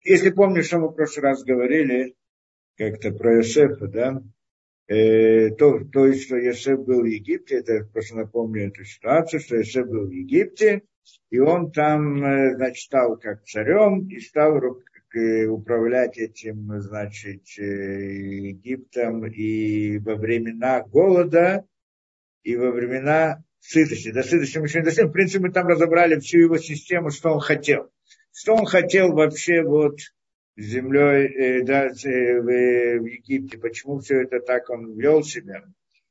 Если помнишь, что мы в прошлый раз говорили как-то про Йосефа, да, то есть, что Йосеф был в Египте, это я просто напомню эту ситуацию, что Йосеф был в Египте, и он там, значит, стал как царем и стал управлять этим, значит, Египтом и во времена голода, и во времена сытости. До сытости мы еще не дошли. В принципе, мы там разобрали всю его систему, что он хотел. Что он хотел вообще вот с землей да, в Египте, почему все это так он вел себя,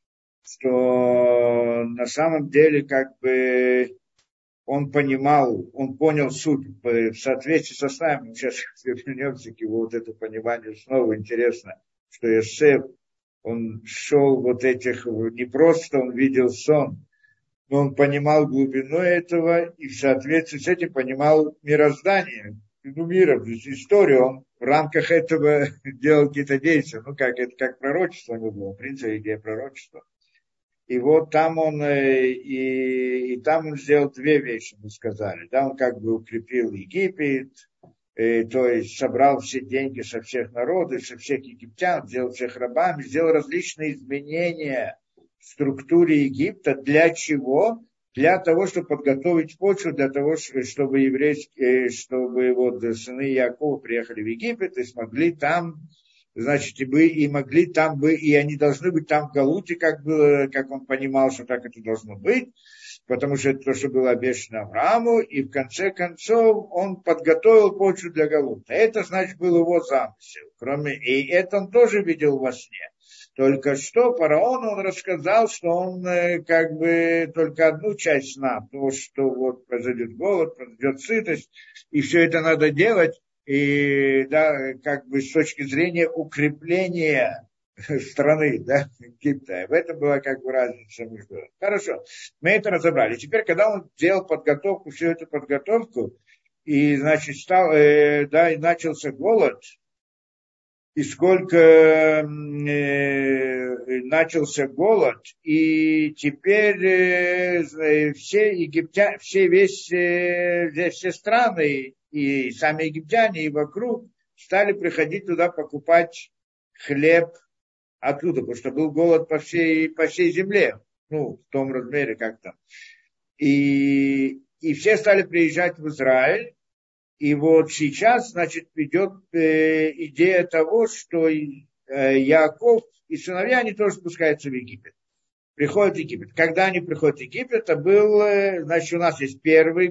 что на самом деле как бы он понимал, он понял суть в соответствии со снами. Мы сейчас вернемся к его вот этому пониманию снова. Интересно, что Йосеф, он шел вот этих, не просто он видел сон, но он понимал глубину этого и в соответствии с этим понимал мироздание, ну, мира, то есть историю. Он в рамках этого делал какие-то действия, ну, как это, как пророчество не было, в принципе, идея пророчества. И вот там он, и там он сделал две вещи, мы сказали. Да, он как бы укрепил Египет, то есть собрал все деньги со всех народов, со всех египтян, сделал всех рабами, сделал различные изменения в структуре Египта. Для чего? Для того, чтобы подготовить почву, для того, чтобы чтобы вот сыны Якова приехали в Египет и смогли там, значит, и могли там бы, и они должны быть там в Галуте, как было, как он понимал, что так это должно быть, потому что это то, что было обещано Аврааму, и в конце концов он подготовил почву для Галута. Это, значит, был его замысел. И это он тоже видел во сне. Только что фараону он рассказал, что он как бы только одну часть сна, то, что вот произойдет голод, произойдет сытость, и все это надо делать, и да, как бы с точки зрения укрепления страны, да, Египта. В этом была как бы разница между. Хорошо, мы это разобрали. Теперь, когда он делал подготовку, всю эту подготовку, и, значит, стал, да, и начался голод, и сколько начался голод, и теперь все египтяне, все страны, и сами египтяне, и вокруг стали приходить туда покупать хлеб оттуда, потому что был голод по всей земле, ну, в том размере, как там. И все стали приезжать в Израиль, и вот сейчас, значит, идет идея того, что Яаков и сыновья, они тоже спускаются в Египет. Приходят в Египет. Когда они приходят в Египет, это был, значит, у нас есть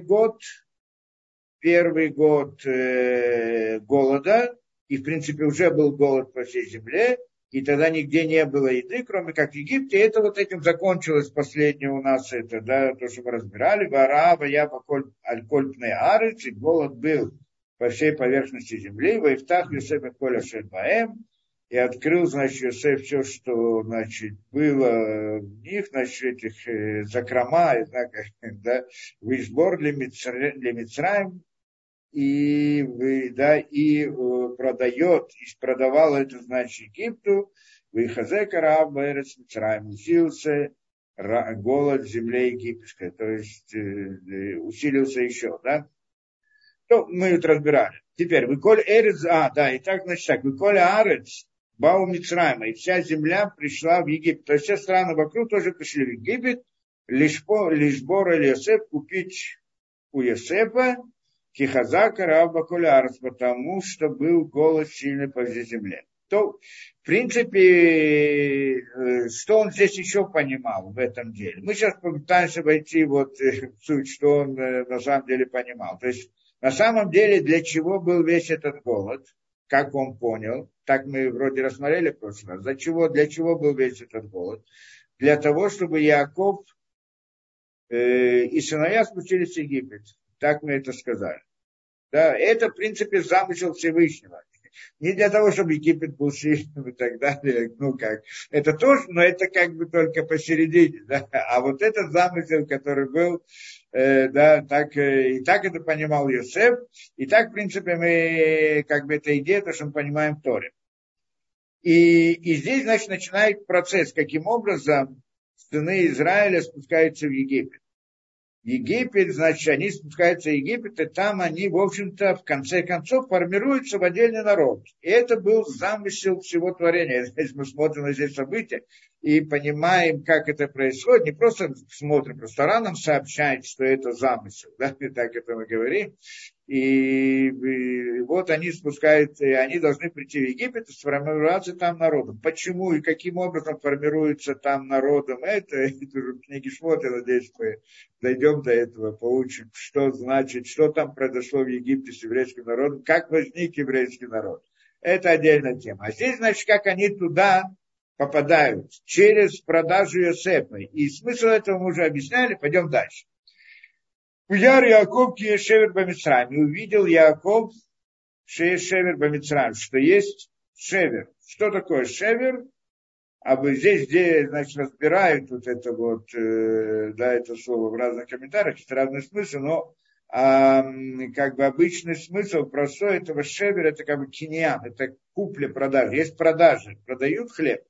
первый год голода, и, в принципе, уже был голод по всей земле, и тогда нигде не было еды, кроме как в Египте. И это вот этим закончилось последнее у нас, это, да, то, что мы разбирали. Варава, я аль-кольпный арыц, и голод был по всей поверхности земли. Ваифтах Йосеф Коля Шельбаэм, и открыл, значит, Йосеф все, что, значит, было в них, значит, этих закрома, да, вышбор для Мицраим, и, да, и продает, и продавал это, значит, Египту, выхазека раб Эрец Мицраим, усилился голод в земле египетской, то есть усилился еще, да. Ну, мы это разбирали. Теперь, выколь Эрец, да, и так, значит, так, выколь Арец, Бау Мицраима, и вся земля пришла в Египет, то есть все страны вокруг тоже пришли в Египет, лишь Бор или Йосеф купить у Йосефа, Кихазака Раба Кулярс, потому что был голод сильный по всей земле. То, в принципе, что он здесь еще понимал в этом деле? Мы сейчас попытаемся войти вот в суть, что он на самом деле понимал. То есть, на самом деле, для чего был весь этот голод, как он понял, так мы вроде рассмотрели в прошлый раз, для чего был весь этот голод? Для того, чтобы Яков и сыновья спустились в Египет. Так мы это сказали. Да, это, в принципе, замысел Всевышнего. Не для того, чтобы Египет был сильным и так далее. Ну как, это тоже, но это как бы только посередине. Да? А вот этот замысел, который был, да, так, и так это понимал Йосеф. И так, в принципе, мы, как бы, эта идея, то, что мы понимаем в Торе. И здесь, значит, начинает процесс, каким образом сыны Израиля спускаются в Египет. Египет, значит, они спускаются в Египет, и там они, в общем-то, в конце концов формируются в отдельный народ. И это был замысел всего творения. Здесь мы смотрим на эти события и понимаем, как это происходит. Не просто смотрим, просто Тора нам сообщает, что это замысел. Да? И так это мы говорим. И вот они спускаются, и они должны прийти в Египет и сформироваться там народом. Почему и каким образом формируется там народом, это уже в книге Шмот, я надеюсь, мы дойдем до этого, получим, что значит, что там произошло в Египте с еврейским народом, как возник еврейский народ. Это отдельная тема. А здесь, значит, как они туда попадают, через продажу Йосефа. И смысл этого мы уже объясняли, пойдем дальше. Уяр Яаков киешевер бамицраим. И увидел Яаков шевер бамицраим, что есть шевер. Что такое шевер? А вы здесь, где, значит, разбирают вот это вот, да, это слово в разных комментариях, есть разный смысл, но как бы обычный смысл простой этого шевер, это как бы киньян, это купля-продажа. Есть продажи, продают хлеб,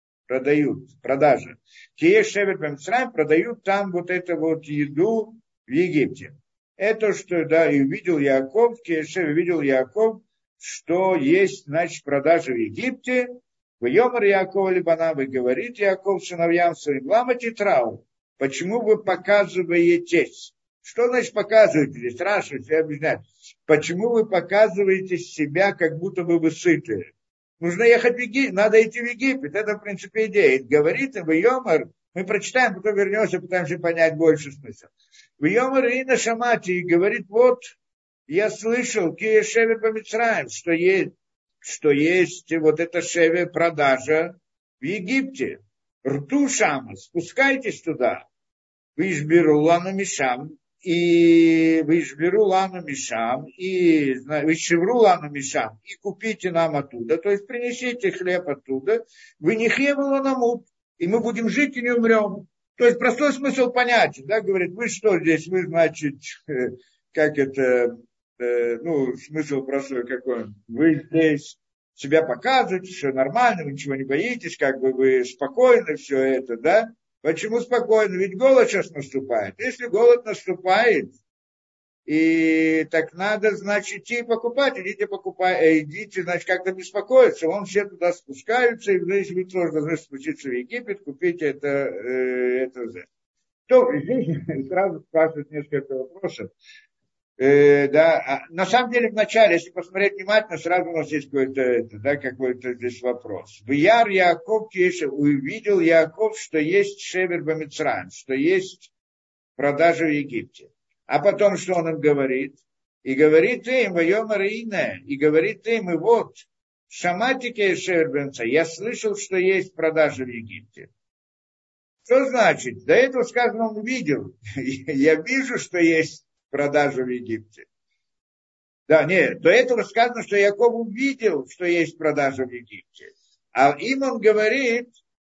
продажа. Киеш шевер бамицраим, продают там вот эту вот еду в Египте. Это что, да, и увидел Яаков, видел Яаков, что есть, значит, продажи в Египте. В Йомар Яакова Либанавы говорит Яаков сыновьям своим, лама титрау, почему вы показываетесь? Что значит показываете здесь? Раша все объясняет. Почему вы показываете себя, как будто бы вы сытые? Нужно ехать в Египет, надо идти в Египет. Это, в принципе, идея. Говорит в Йомар, мы прочитаем, потом вернемся, пытаемся понять больше смысл. В Йомар Ина Шамати говорит, вот, я слышал, Кия Шевер по Мицраим, что есть вот эта шевер продажа в Египте. Рту Шама, спускайтесь туда. Вишберу лану мишам, и вишберу лану мишам, и вишевру лану мишам, и купите нам оттуда, то есть принесите хлеб оттуда, вы не хлебало намут, и мы будем жить и не умрем. То есть простой смысл понятен, да, говорит, вы что здесь, вы, значит, как это, смысл простой какой, вы здесь себя показываете, все нормально, вы ничего не боитесь, как бы вы спокойны, все это, да. Почему спокойно? Ведь голод сейчас наступает. Если голод наступает, и так надо, значит, идти покупать, идите, значит, как-то беспокоиться. Вон все туда спускаются, и вы тоже должны спуститься в Египет, купить это. То здесь сразу спрашивают несколько вопросов. На самом деле, вначале, если посмотреть внимательно, сразу у нас есть какой-то здесь вопрос. В Яр Яаков увидел Яаков, что есть шевер бамицраим, что есть продажа в Египте. А потом, что он им говорит? И говорит им, и говорит им, и вот, шаматике шевер бамицраим, я слышал, что есть продажа в Египте. Что значит? До этого сказано, он видел. Я вижу, что есть продажу в Египте. Да, нет, до этого сказано, что Яков увидел, что есть продажа в Египте. А им он говорит,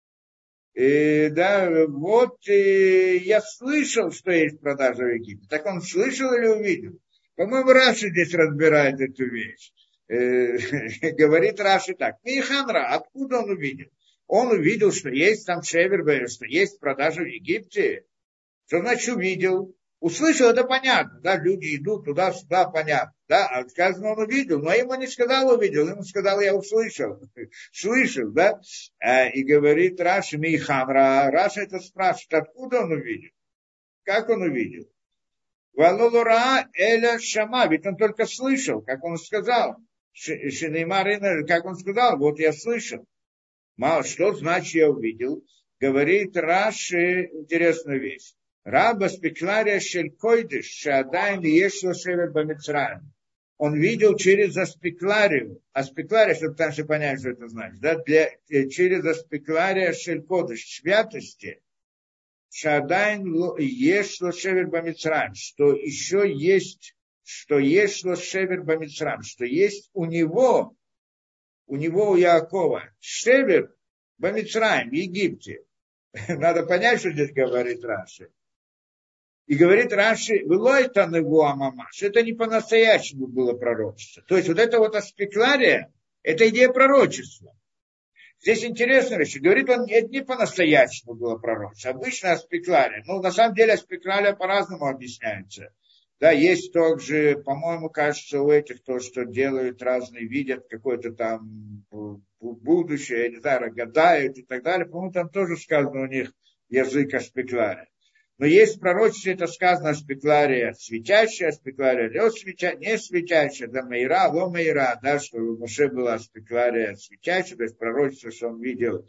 я слышал, что есть продажа в Египте. Так он слышал или увидел? По-моему, Раши здесь разбирает эту вещь. Говорит Раши так. Миханра, откуда он увидел? Он увидел, что есть там шевер, что есть продажа в Египте. Что значит увидел? Услышал, это понятно, да, люди идут туда-сюда, понятно, да, а сказано, он увидел, но ему не сказал увидел, ему сказал, я услышал, слышал, да, и говорит Раши, Михамра, Раша это спрашивает, откуда он увидел, как он увидел, Валулура Эля Шама, ведь он только слышал, как он сказал, Шинеймар, как он сказал, вот я слышал, мало что значит я увидел, говорит Раши, интересную вещь. Раба спеклария шелькойдыш, шадайн ешло шевер бамицраим. Он видел через аспекларию. Аспеклария, чтобы там все понять, что это значит. Да? Через аспеклария шелькойдыш, святости. Шадайн ешло шевер бамицраим. Что еще есть, что ешло шевер бамицраим. Что есть у него, у Яакова, шевер бамицраим в Египте. Надо понять, что здесь говорит Раши. И говорит Раши, это не по-настоящему было пророчество. То есть вот эта вот аспеклария, это идея пророчества. Здесь интересная вещь. Говорит, он не по-настоящему было пророчество. Обычно аспеклария. Ну, на самом деле аспеклария по-разному объясняется. Да, есть также, по-моему, кажется, у этих то, что делают разные, видят какое-то там будущее, я не знаю, гадают и так далее. По-моему, там тоже сказано у них язык аспеклария. Но есть в пророчестве, это сказано аспеклария светящая, аспеклария не светящая, да, мейра, ло мейра, да, что у Моше была аспеклария светящая, то есть пророчество, что он видел,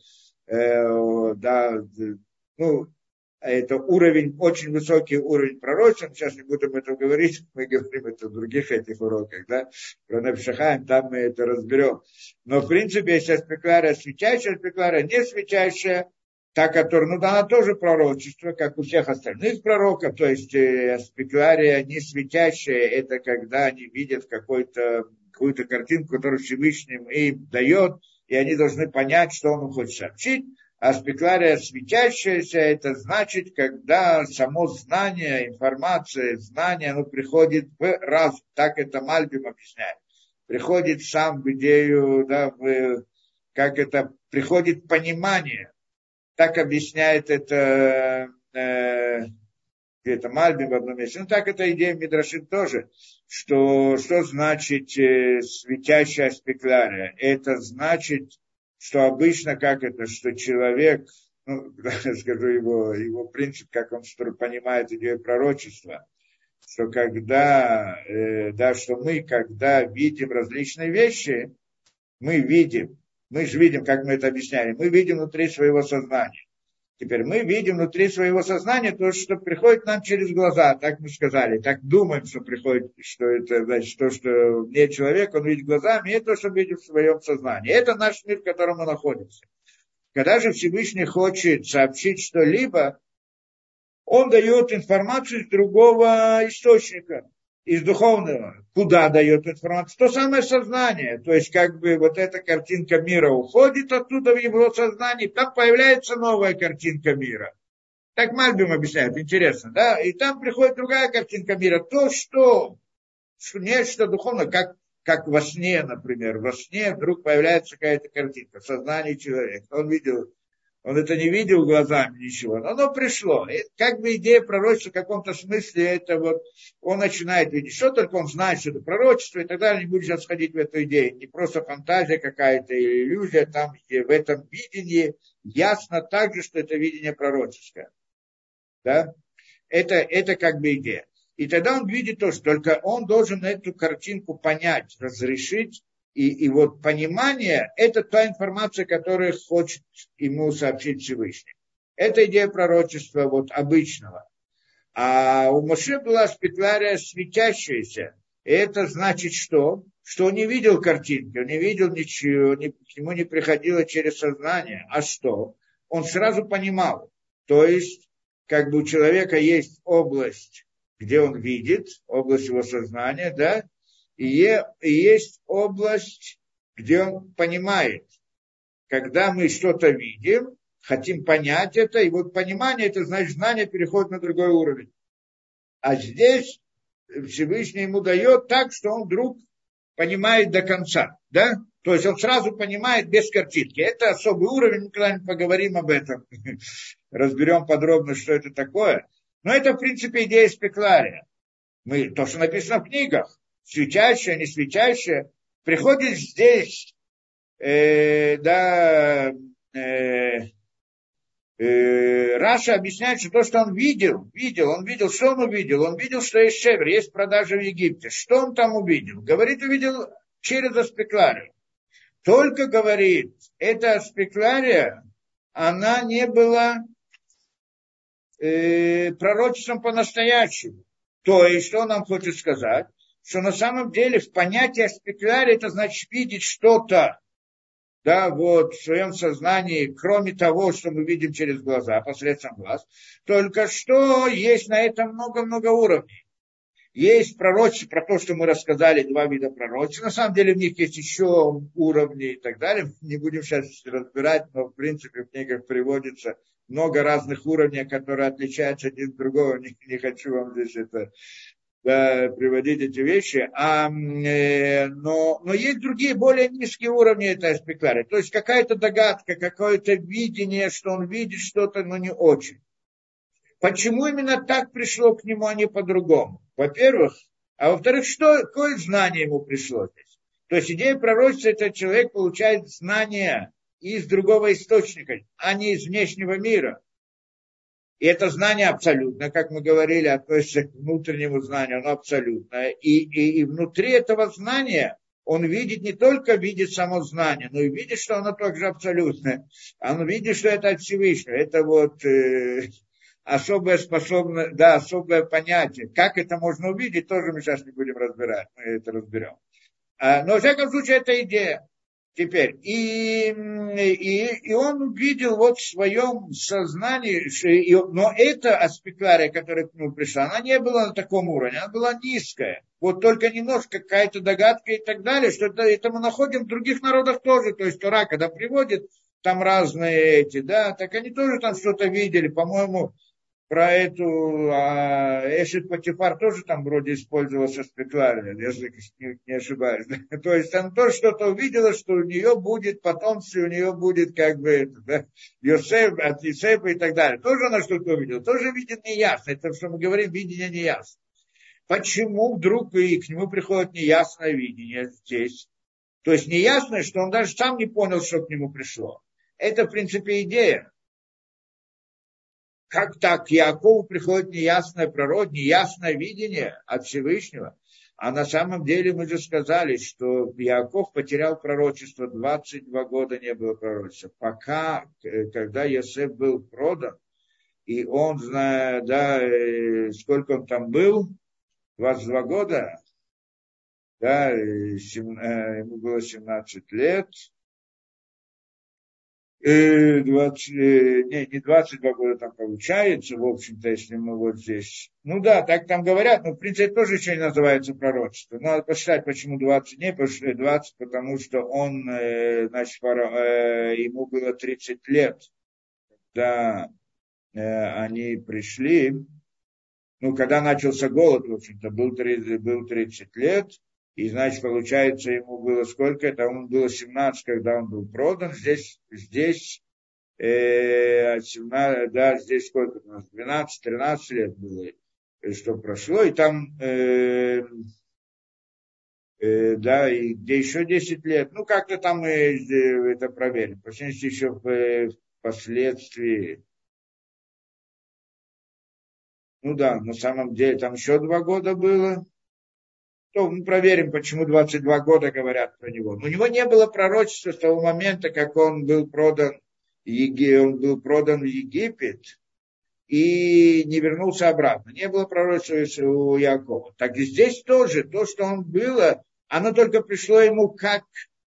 да, ну, это уровень, очень высокий уровень пророчества, сейчас не будем это говорить, мы говорим это в других этих уроках, да, про Невшахаим, там мы это разберем. Но, в принципе, есть аспеклария светящая, аспеклария не светящая, та, которая, ну, да, она тоже пророчество, как у всех остальных пророков, то есть аспеклария не светящая, это когда они видят какую-то картинку, которую Всевышний им дает, и они должны понять, что он им хочет сообщить. А аспеклария светящаяся, это значит, когда само знание, информация, знание, оно приходит в разум. Так это Мальбим объясняет. Приходит сам в идею, да, как это, приходит понимание. Так объясняет это где-то Мальбим в одном месте. Ну, так это идея Мидрашит тоже, что значит светящая аспеклария. Это значит, что обычно как это, что человек, ну, скажу его принцип, как он понимает идею пророчества, что когда, да, что мы, когда видим различные вещи, мы же видим, как мы это объясняли, мы видим внутри своего сознания. Теперь мы видим внутри своего сознания то, что приходит нам через глаза, так мы сказали, так думаем, что приходит, что это, значит, то, что не человек, он видит глазами, и это то, что видит в своем сознании. Это наш мир, в котором мы находимся. Когда же Всевышний хочет сообщить что-либо, он дает информацию из другого источника, из духовного. Куда дает информацию? То самое сознание. То есть, как бы вот эта картинка мира уходит оттуда в его сознание, там появляется новая картинка мира. Так Мальбим объясняет, интересно, да? И там приходит другая картинка мира. То, что нечто духовное, как во сне, например. Во сне вдруг появляется какая-то картинка в сознании человека. Он это не видел глазами ничего, но оно пришло. И как бы идея пророчества в каком-то смысле, это вот он начинает видеть, что только он знает, что это пророчество и так далее, не будет сейчас входить в эту идею. Не просто фантазия какая-то или иллюзия, там в этом видении ясно также, что это видение пророческое. Да? Это как бы идея. И тогда он видит то, что только он должен эту картинку понять, разрешить. И вот понимание – это та информация, которую хочет ему сообщить Всевышний. Это идея пророчества вот обычного. А у Моше была спеклария светящаяся. И это значит что? Что он не видел картинки, он не видел ничего, к нему не приходило через сознание. А что? Он сразу понимал. То есть, как бы у человека есть область, где он видит, область его сознания, да? И есть область, где он понимает. Когда мы что-то видим, хотим понять это, и вот понимание, это значит, знание переходит на другой уровень. А здесь Всевышний ему дает так, что он вдруг понимает до конца, да? То есть он сразу понимает без картинки. Это особый уровень, мы когда-нибудь поговорим об этом, разберем подробно, что это такое. Но это, в принципе, идея спеклария. То, что написано в книгах, светящее, не светящее, приходит здесь, Раша объясняет, что то, что он видел, что он увидел? Он видел, что есть шевер, есть продажа в Египте. Что он там увидел? Говорит, увидел через аспекларию. Только говорит, эта аспеклария, она не была пророчеством по-настоящему. То есть, что нам хочет сказать? Что на самом деле в понятии аспеклария это значит видеть что-то, да, вот в своем сознании, кроме того, что мы видим через глаза, посредством глаз, только что есть на этом много-много уровней. Есть пророчество, про то, что мы рассказали, два вида пророчества. На самом деле в них есть еще уровни и так далее. Не будем сейчас разбирать, но в принципе в книгах приводится много разных уровней, которые отличаются один от другого. Не хочу вам здесь это приводить эти вещи, но есть другие, более низкие уровни этой спекулярии. То есть какая-то догадка, какое-то видение, что он видит что-то, но не очень. Почему именно так пришло к нему, а не по-другому? Во-первых, а во-вторых, какое знание ему пришло здесь? То есть идея пророчества, это человек получает знания из другого источника, а не из внешнего мира. И это знание абсолютно, как мы говорили, относится к внутреннему знанию, оно абсолютное. И внутри этого знания он видит, не только видит само знание, но и видит, что оно также абсолютное. Он видит, что это от Всевышнего. Это особое способность, особое понятие. Как это можно увидеть, тоже мы сейчас не будем разбирать, мы это разберем. Но, во всяком случае, это идея. Теперь, и он увидел в своем сознании, но эта аспеклария, которая к нему пришла, она не была на таком уровне, она была низкая. Вот только немножко какая-то догадка и так далее, что это мы находим в других народах тоже. То есть Тора, когда приводит там разные так они тоже там что-то видели, по-моему, про эту Эшет Патифар тоже там вроде использовался специально, если не ошибаюсь. То есть она тоже что-то увидела, что у нее будет потомство, у нее будет Йосеф, от Йосефа и так далее. Тоже она что-то увидела, тоже видит неясно. Это, что мы говорим, видение неясно. Почему вдруг и к нему приходит неясное видение здесь? То есть неясное, что он даже сам не понял, что к нему пришло. Это, в принципе, идея. Как так? Якову приходит неясное пророчество, неясное видение от Всевышнего. А на самом деле мы же сказали, что Яков потерял пророчество, 22 года не было пророчества. Пока, когда Йосеф был продан, и он, сколько он там был, 22 года, ему было 17 лет, не 22 года там получается, в общем-то, если мы вот здесь. Так там говорят, но в принципе тоже еще не называется пророчество. Надо посчитать, почему 20 дней, потому что он, ему было 30 лет, когда они пришли, когда начался голод, в общем-то, был 30 лет, и, значит, получается, ему было сколько? Это ему было 17, когда он был продан. Здесь 17, здесь сколько у нас? 12-13 лет было, что прошло. И там, и где еще 10 лет. Как-то там мы это проверим. По всей еще впоследствии. На самом деле, там еще 2 года было. То мы проверим, почему 22 года говорят про него. У него не было пророчества с того момента, как он был продан в Египет и не вернулся обратно. Не было пророчества у Якова. Так и здесь тоже, то, что он было, оно только пришло ему как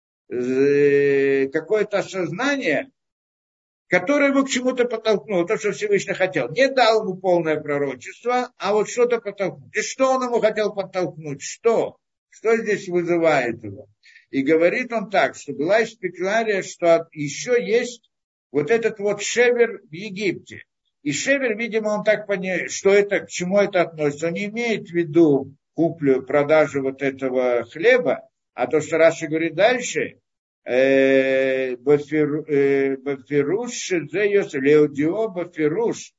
какое-то осознание, которое его к чему-то подтолкнуло, то, что Всевышний хотел. Не дал ему полное пророчество, а вот что-то подтолкнул. И что он ему хотел подтолкнуть? Что? Что здесь вызывает его? И говорит он так, что была спекулярия, что еще есть вот этот вот шевер в Египте. И шевер, видимо, он так понял, что это, к чему это относится. Он не имеет в виду продажу вот этого хлеба, а то, что Раши говорит дальше, Бафируш, Леодио Бафируш.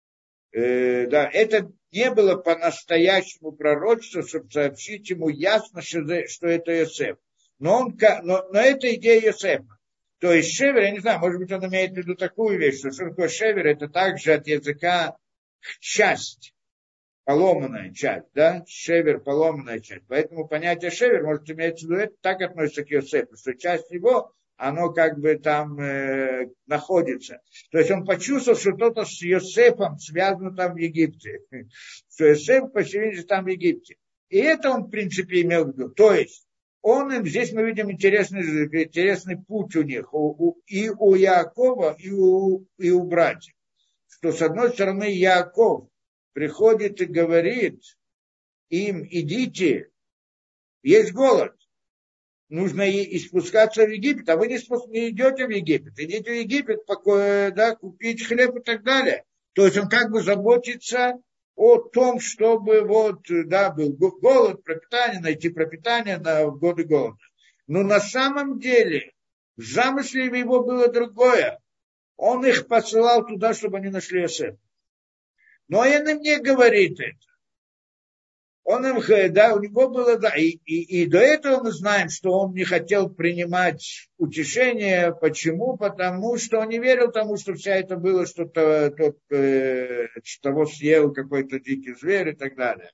Это не было по-настоящему пророчеству, чтобы сообщить ему ясно, что это Йосеф. Но это идея Йосефа. То есть шевер, я не знаю, может быть, он имеет в виду такую вещь, что такое шевер, это также от языка часть, поломанная часть, шевер, поломанная часть. Поэтому понятие шевер, может, имеется в виду, это так относится к Йосефу, что часть его, оно как бы там находится. То есть он почувствовал, что что-то с Йосефом связано там в Египте. Что Йосеф поселился там в Египте. И это он, в принципе, имел в виду. То есть здесь мы видим интересный путь у них, и у Яакова, и у братьев. Что с одной стороны Яаков приходит и говорит им: идите, есть голод, нужно и спускаться в Египет, а вы не идете в Египет, идите в Египет, купить хлеб и так далее. То есть он как бы заботится о том, чтобы вот, да, был голод, пропитание, найти пропитание на годы голода. Но на самом деле в замысле его было другое. Он их посылал туда, чтобы они нашли Йосефа. Но он им не говорит это. Он им, да, у него было, да, и до этого мы знаем, что он не хотел принимать утешение. Почему? Потому что он не верил тому, что вся это было что-то, того съел какой-то дикий зверь и так далее.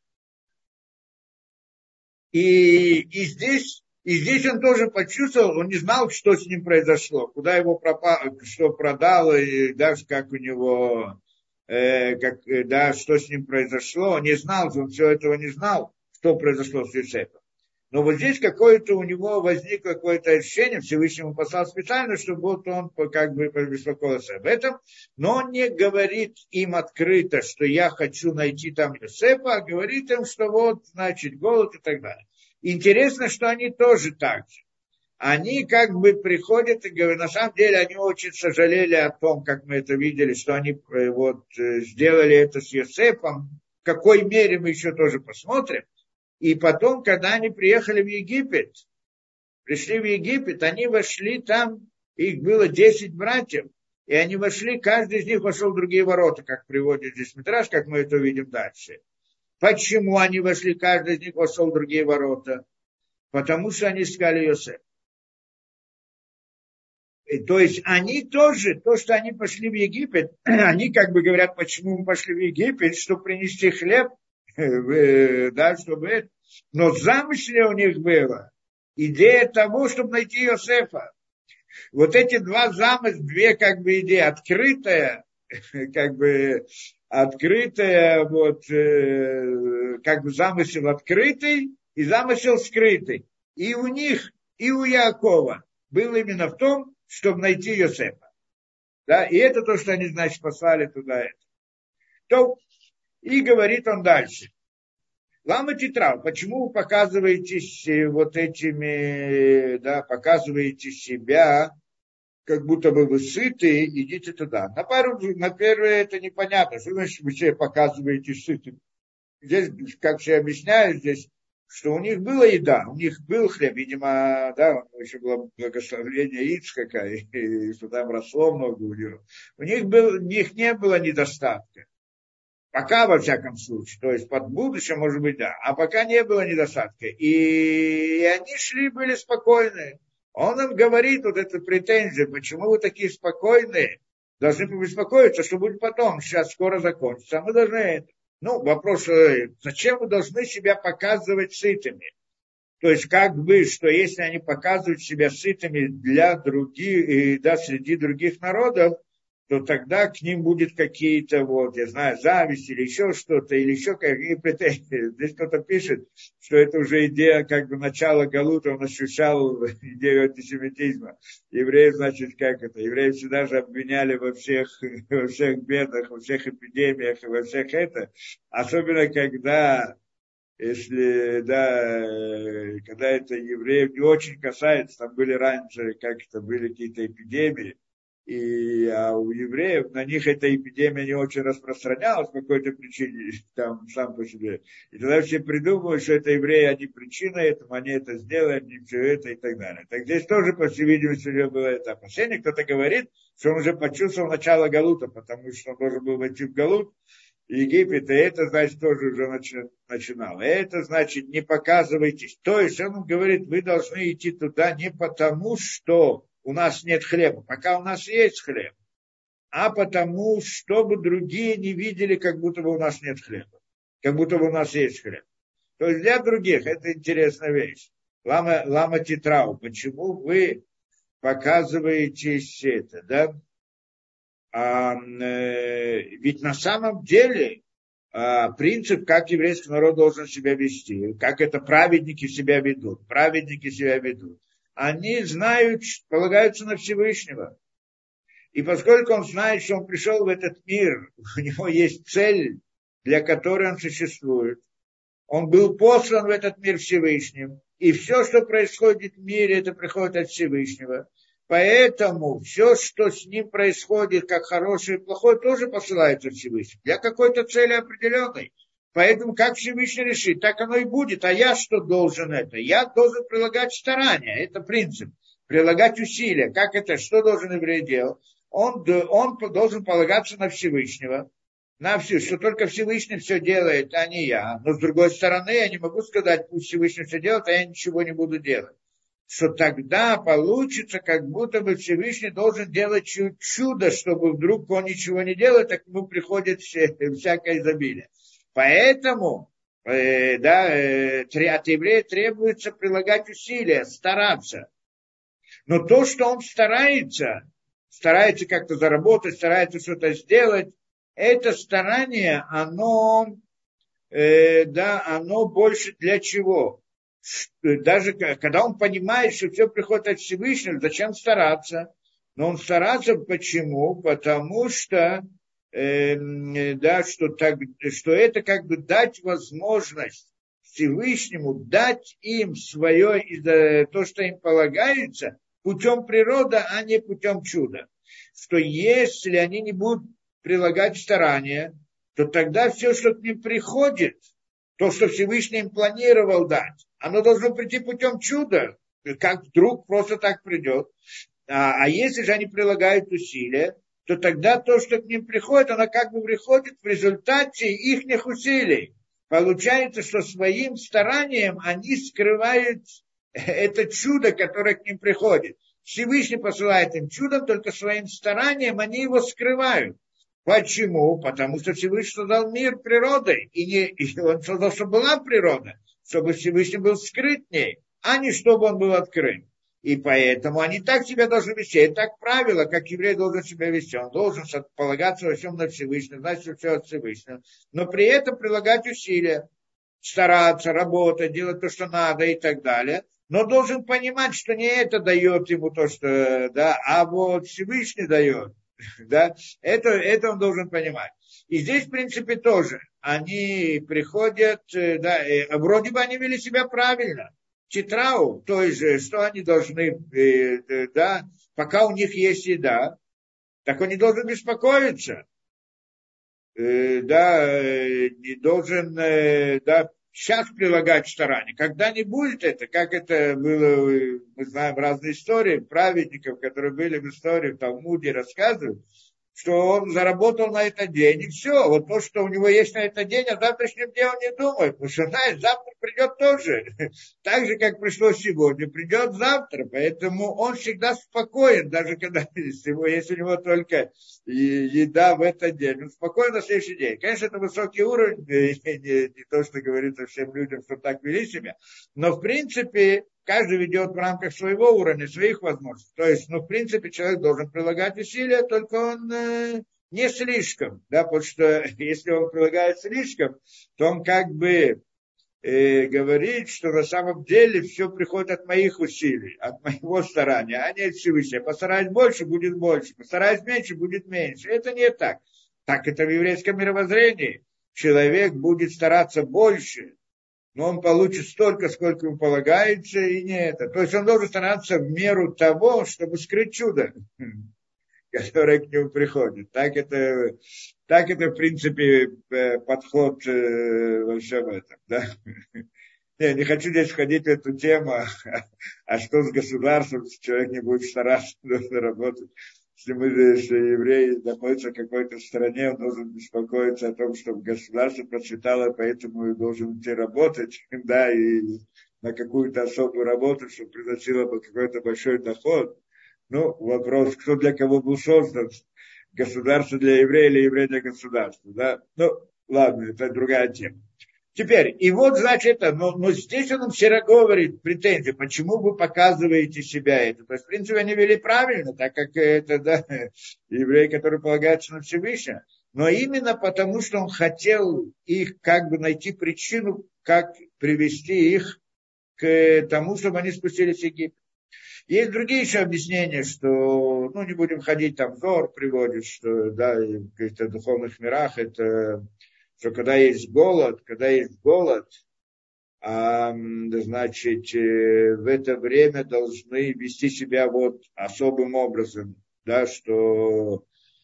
И здесь он тоже почувствовал, он не знал, что с ним произошло, куда его пропало, что продало, и даже как у него, да, что с ним произошло, он не знал, он всего этого не знал, что произошло с Йосефом. Но вот здесь какое-то у него возникло какое-то ощущение, Всевышнему послал специально, чтобы вот он как бы побеспокоился об этом, но он не говорит им открыто, что я хочу найти там Йосефа, а говорит им, что вот, значит, голод и так далее. Интересно, что они тоже так же. Они как бы приходят и говорят, на самом деле они очень сожалели о том, как мы это видели, что они вот сделали это с Йосефом. В какой мере мы еще тоже посмотрим. И потом, когда они приехали в Египет, пришли в Египет, они вошли там, их было 10 братьев, и они вошли, каждый из них вошел в другие ворота, как приводит здесь Мидраш, как мы это увидим дальше. Почему они вошли, каждый из них вошел в другие ворота? Потому что они искали Йосефа. То есть они тоже, то, что они пошли в Египет, они как бы говорят, почему мы пошли в Египет, чтобы принести хлеб, да, чтобы это. Но в замысле у них была идея того, чтобы найти Йосефа. Вот эти два замысла, две как бы идеи, открытая, как бы открытая, вот, как бы замысел открытый и замысел скрытый. И у них, и у Яакова был именно в том, чтобы найти Йосефа. Да? И это то, что они, значит, послали туда. Это. То, и говорит он дальше. Лама Титрал, почему вы показываетесь вот этими, да, показываете себя, как будто бы вы сыты, идите туда. На первое это непонятно, что значит вы себе показываете сытым. Здесь, как все объясняют, здесь, что у них была еда, у них был хлеб, видимо, да, еще было благословение Ицхака, и что там росло много у него. У них не было недостатка. Пока, во всяком случае, то есть под будущее, может быть, да, а пока не было недостатка. И они шли, были спокойны. Он им говорит, вот эта претензия, почему вы такие спокойные, должны побеспокоиться, что будет потом, сейчас скоро закончится, а мы должны это. Ну, вопрос, зачем вы должны себя показывать сытыми? То есть, как бы, что если они показывают себя сытыми для других, и, да, среди других народов, то тогда к ним будет какие-то, вот, я знаю, зависть или еще что-то, или еще какие претензии. Здесь кто-то пишет, что это уже идея, как бы, начала Галута, он ощущал идею антисемитизма. Евреи, значит, как это, евреи всегда же обвиняли во всех бедах, во всех эпидемиях, и во всех это. Особенно, когда, если, да, когда это евреев не очень касается, там были раньше, как это, были какие-то эпидемии, а у евреев на них эта эпидемия не очень распространялась по какой-то причине, там сам по себе. И тогда все придумывают, что это евреи, они причина этому, они это сделают, они все это и так далее. Так здесь тоже, по всей видимости, у него было это опасение. Кто-то говорит, что он уже почувствовал начало Галута, потому что он должен был войти в Галут, Египет, и это, значит, тоже уже начинало. Это, значит, не показывайтесь. То есть он говорит, вы должны идти туда не потому, что у нас нет хлеба, пока у нас есть хлеб, а потому, чтобы другие не видели, как будто бы у нас нет хлеба, как будто бы у нас есть хлеб. То есть для других это интересная вещь. Лама Титрау, почему вы показываетесь это, да? Ведь на самом деле принцип, как еврейский народ должен себя вести, как это праведники себя ведут, они знают, полагаются на Всевышнего. И поскольку он знает, что он пришел в этот мир, у него есть цель, для которой он существует, он был послан в этот мир Всевышним, и все, что происходит в мире, это приходит от Всевышнего. Поэтому все, что с ним происходит, как хорошее и плохое, тоже посылается Всевышний. Для какой-то цели определенной. Поэтому как Всевышний решит, так оно и будет. А я что должен это? Я должен прилагать старания. Это принцип. Прилагать усилия. Как это? Что должен еврей делать? Он должен полагаться на Всевышнего. На все, что только Всевышний все делает, а не я. Но с другой стороны, я не могу сказать, пусть Всевышний все делает, а я ничего не буду делать. Что тогда получится, как будто бы Всевышний должен делать чудо, чтобы вдруг он ничего не делает, так ему приходит всякое изобилие. Поэтому от еврея требуется прилагать усилия, стараться. Но то, что он старается как-то заработать, старается что-то сделать, это старание, оно больше для чего? Даже когда он понимает, что все приходит от Всевышнего, зачем стараться? Но он старается почему? Потому что, что это как бы дать возможность Всевышнему, дать им свое, то, что им полагается, путем природы, а не путем чуда. Что если они не будут прилагать старания, то тогда все, что к ним приходит, то, что Всевышний им планировал дать, оно должно прийти путем чуда, как вдруг просто так придет. А если же они прилагают усилия, то тогда то, что к ним приходит, оно как бы приходит в результате их усилий. Получается, что своим старанием они скрывают это чудо, которое к ним приходит. Всевышний посылает им чудом, только своим старанием они его скрывают. Почему? Потому что Всевышний создал мир природой, и он создал, чтобы была природа, чтобы Всевышний был скрыт в ней, а не чтобы он был открыт. И поэтому они так себя должны вести. Это так правило, как еврей должен себя вести. Он должен полагаться во всем на Всевышнего, значит, все от Всевышнего. Но при этом прилагать усилия, стараться, работать, делать то, что надо и так далее. Но должен понимать, что не это дает ему то, что, а вот Всевышний дает. Это он должен понимать. И здесь, в принципе, тоже. Они приходят, вроде бы они вели себя правильно. Читрау, то есть, что они должны, пока у них есть еда, так он не должен беспокоиться. Не должен, сейчас прилагать старания. Когда не будет это, как это было, мы знаем разные истории праведников, которые были в истории в Талмуде, рассказывают, что он заработал на этот день, и все. Вот то, что у него есть на этот день, о завтрашнем дне он не думает. Потому что, знаешь, завтра придет тоже. Так же, как пришло сегодня, придет завтра. Поэтому он всегда спокоен, даже когда если у него только еда в этот день. Он спокоен на следующий день. Конечно, это высокий уровень, не то, что говорится всем людям, что так вели себя. Но, в принципе, каждый ведет в рамках своего уровня, своих возможностей. То есть, в принципе, человек должен прилагать усилия, только он не слишком. Потому что если он прилагает слишком, то он как бы говорит, что на самом деле все приходит от моих усилий, от моего старания, а не от Всевышнего. Постараюсь больше, будет больше. Постараюсь меньше, будет меньше. Это не так. Так это в еврейском мировоззрении. Человек будет стараться больше, но он получит столько, сколько ему полагается, и не это. То есть он должен стараться в меру того, чтобы скрыть чудо, которое к нему приходит. Так это в принципе, подход во всем этом. Да? Не хочу здесь входить в эту тему, а что с государством, если человек не будет стараться, должен работать. Если еврей находится в какой-то стране, он должен беспокоиться о том, чтобы государство процветало, поэтому и должен идти работать, и на какую-то особую работу, чтобы приносило бы какой-то большой доход. Вопрос, кто для кого был создан, государство для еврея или еврей для государства, ладно, это другая тема. Теперь, и вот, значит, но здесь он все равно говорит претензии, почему вы показываете себя это. То есть, в принципе, они вели правильно, так как это, евреи, которые полагаются на Всевышнего. Но именно потому, что он хотел их как бы найти причину, как привести их к тому, чтобы они спустились в Египет. Есть другие еще объяснения, что, не будем ходить, там Зор приводит, что, в каких-то духовных мирах, это, что когда есть голод, значит, в это время должны вести себя вот особым образом, да, что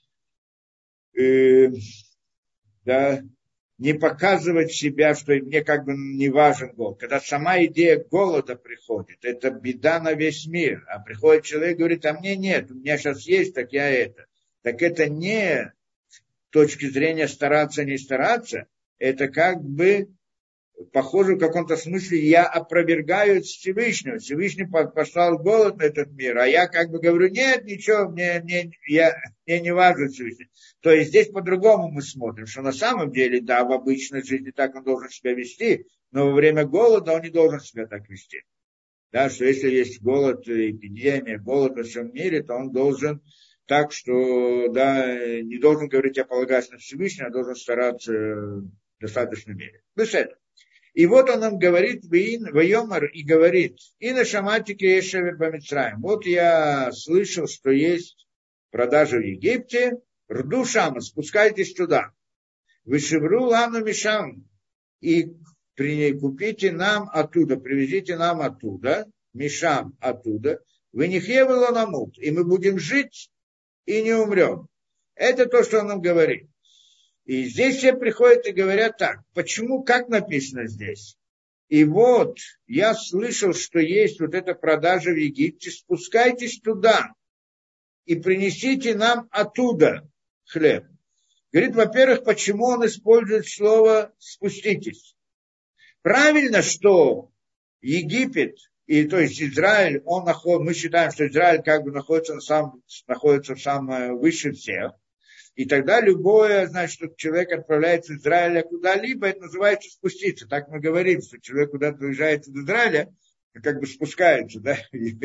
да, не показывать себя, что мне как бы не важен голод. Когда сама идея голода приходит, это беда на весь мир. А приходит человек и говорит, а мне нет, у меня сейчас есть, так я это. Так это не с точки зрения стараться, не стараться, это как бы похоже в каком-то смысле я опровергаю Всевышнего. Всевышний послал голод на этот мир, а я как бы говорю, нет, ничего, мне не важно Всевышний. То есть здесь по-другому мы смотрим, что на самом деле, да, в обычной жизни так он должен себя вести, но во время голода он не должен себя так вести. Да, что если есть голод, эпидемия, голод во всем мире, то он должен так, что, да, не должен говорить, я полагаюсь на Всевышнего, а должен стараться в достаточной мере. И вот он нам говорит, Вайомар, и говорит, и на шаматике Ешевер Бамицраим. Вот я слышал, что есть продажа в Египте, рду шама, спускайтесь туда. Вышевру лану мишам, и купите нам оттуда, привезите нам оттуда, мишам оттуда, вы не хевело намут, и мы будем жить и не умрем. Это то, что он нам говорит. И здесь все приходят и говорят так, почему, как написано здесь? И вот я слышал, что есть вот эта продажа в Египте, спускайтесь туда и принесите нам оттуда хлеб. Говорит, во-первых, почему он использует слово «спуститесь». Правильно, что Египет, и то есть Израиль, мы считаем, что Израиль как бы находится в самом выше всех. И тогда любое, значит, что человек отправляется из Израиля куда-либо, это называется спуститься. Так мы говорим, что человек куда-то уезжает из Израиля, как бы спускается, да,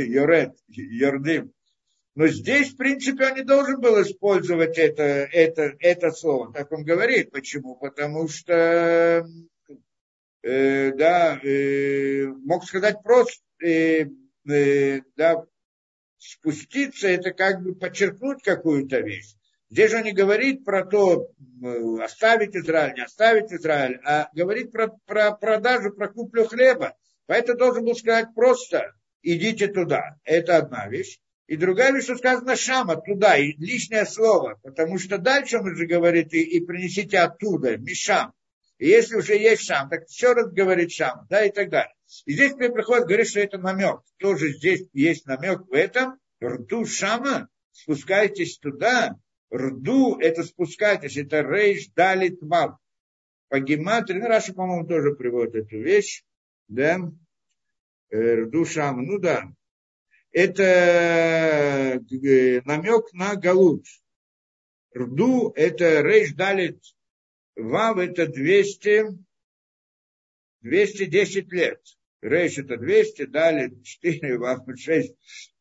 Йордим. Но здесь, в принципе, он не должен был использовать это слово. Так он говорит. Почему? Потому что, мог сказать просто, спуститься, это как бы подчеркнуть какую-то вещь. Здесь же не говорит про то, оставить Израиль, не оставить Израиль, а говорит про продажу, про куплю хлеба. Поэтому должен был сказать просто, идите туда. Это одна вещь. И другая вещь, что сказано шама, туда, и лишнее слово. Потому что дальше он уже говорит, и принесите оттуда, мишам. И если уже есть шам, так еще раз говорит шам, да, и так далее. И здесь приходит, говорит, что это намек. Тоже здесь есть намек в этом. Рду шама, спускайтесь туда. Рду, это спускайтесь, это рейш далит мав. По гематрии, Раша, по-моему, тоже приводит эту вещь, да, рду шам, ну да. Это намек на галут. Рду, это рейш далит вав, это 210 лет. Рейш это 200, дали 4, вав 6,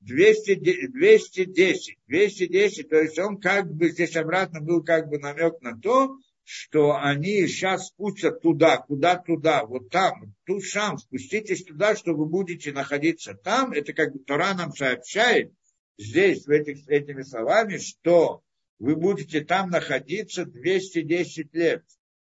210, то есть он как бы здесь обратно был как бы намек на то, что они сейчас спустят туда, куда туда, вот там, тут шам, спуститесь туда, что вы будете находиться там, это как бы Тора нам сообщает здесь этими словами, что вы будете там находиться 210 лет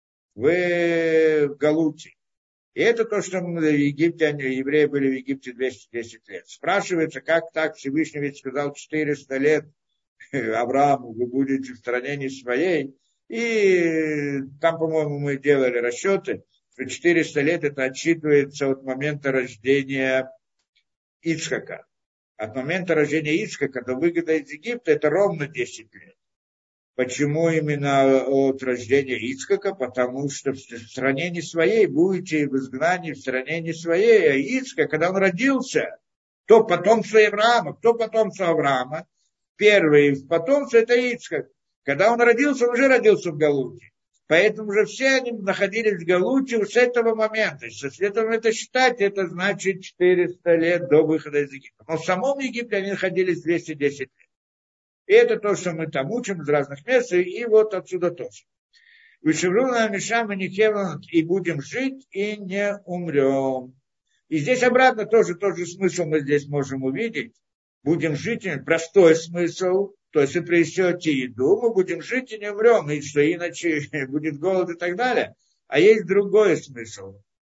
в Галуте. И это то, что в Египте, евреи были в Египте 210 лет. Спрашивается, как так Всевышний ведь сказал 400 лет Аврааму, вы будете в стране не своей. И там, по-моему, мы делали расчеты, что 400 лет это отсчитывается от момента рождения Ицхака. От момента рождения Ицхака до выхода из Египта это ровно 10 лет. Почему именно от рождения Ицхака? Потому что в стране не своей будете в изгнании в стране не своей. А Ицхак, когда он родился, то потомство Авраама. Кто потомство Авраама? Первый потомство это Ицхак. Когда он родился, он уже родился в Галуте. Поэтому же все они находились в Галуте с этого момента. Если это считать, это значит 400 лет до выхода из Египта. Но в самом Египте они находились 210 лет. И это то, что мы там учим из разных мест, и вот отсюда тоже. Вышевруна мишам и нихеван, и будем жить, и не умрем. И здесь обратно тоже тот же смысл мы здесь можем увидеть. Будем жить, простой смысл, то есть вы принесете еду, мы будем жить и не умрем, и что иначе будет голод и так далее. А есть другой смысл.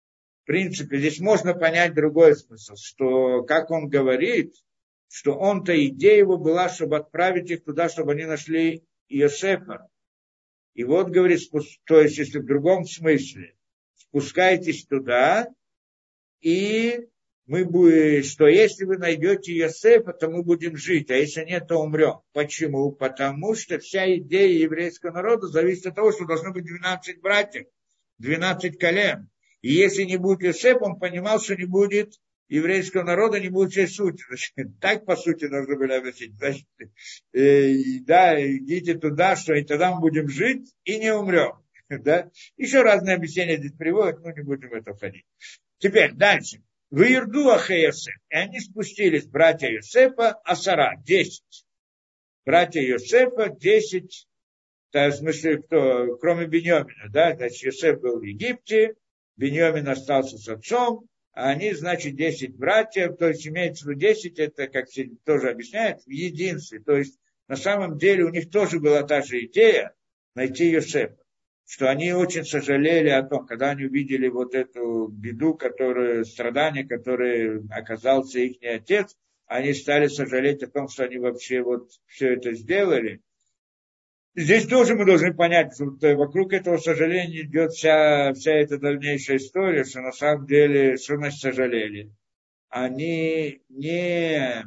в принципе, здесь можно понять другой смысл, что, как он говорит, что он-то, идея его была, чтобы отправить их туда, чтобы они нашли Иосифа. И вот, говорит, то есть, если в другом смысле, спускайтесь туда, и мы будем, что если вы найдете Иосифа, то мы будем жить, а если нет, то умрем. Почему? Потому что вся идея еврейского народа зависит от того, что должно быть 12 братьев, 12 колен. И если не будет Иосифа, он понимал, что не будет еврейского народа, не будет всей сути. Значит, так, по сути, должны были объяснить. Значит, да, идите туда, что и тогда мы будем жить и не умрем. Да? Еще разные объяснения здесь приводят, но не будем в это входить. Теперь дальше. В Ирду Ахе Йосеф. И они спустились, братья Йосефа, Асара, 10. Братья Йосефа, 10. В смысле, кто, кроме Биньямина, да, значит, Йосеф был в Египте, Биньямин остался с отцом, а они, значит, 10 братьев, то есть имеется в виду 10, это, как тоже объясняет, в единстве. То есть, на самом деле, у них тоже была та же идея найти Йосефа. Что они очень сожалели о том, когда они увидели вот эту беду, страдания, которое оказался их отец, они стали сожалеть о том, что они вообще вот все это сделали. Здесь тоже мы должны понять, что вокруг этого сожаления идет вся эта дальнейшая история, что на самом деле, что значит сожалели. Они не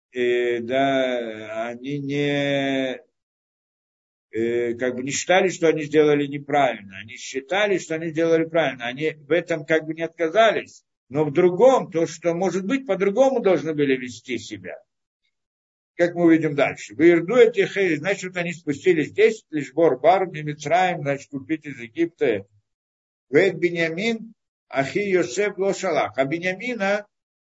как бы не считали, что они сделали неправильно. Они считали, что они сделали правильно. Они в этом как бы не отказались. Но в другом, то, что, может быть, по-другому должны были вести себя. Как мы увидим дальше. В Ирду эти хейли, значит, они спустились 10, лишь бор бар, Мимицраим, значит, купить из Египта. Вейт Биньямин, Ахи Йосеф Лошалах. А Биньямина,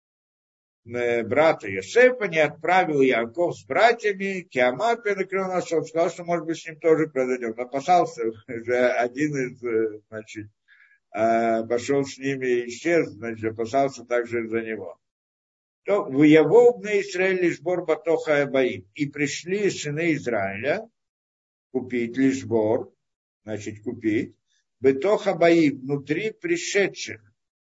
брата Йосефа, не отправил Яков с братьями, Киамат перекрыл нас, он сказал, что, может быть, с ним тоже произойдет. Опасался, уже один из, значит, пошел с ними и исчез, значит, опасался также за него. То в Явов на Израиль лишбор батоха Абаим. И пришли сыны Израиля купить лишбор, значит, купить, бетоха Абаим, внутри пришедших.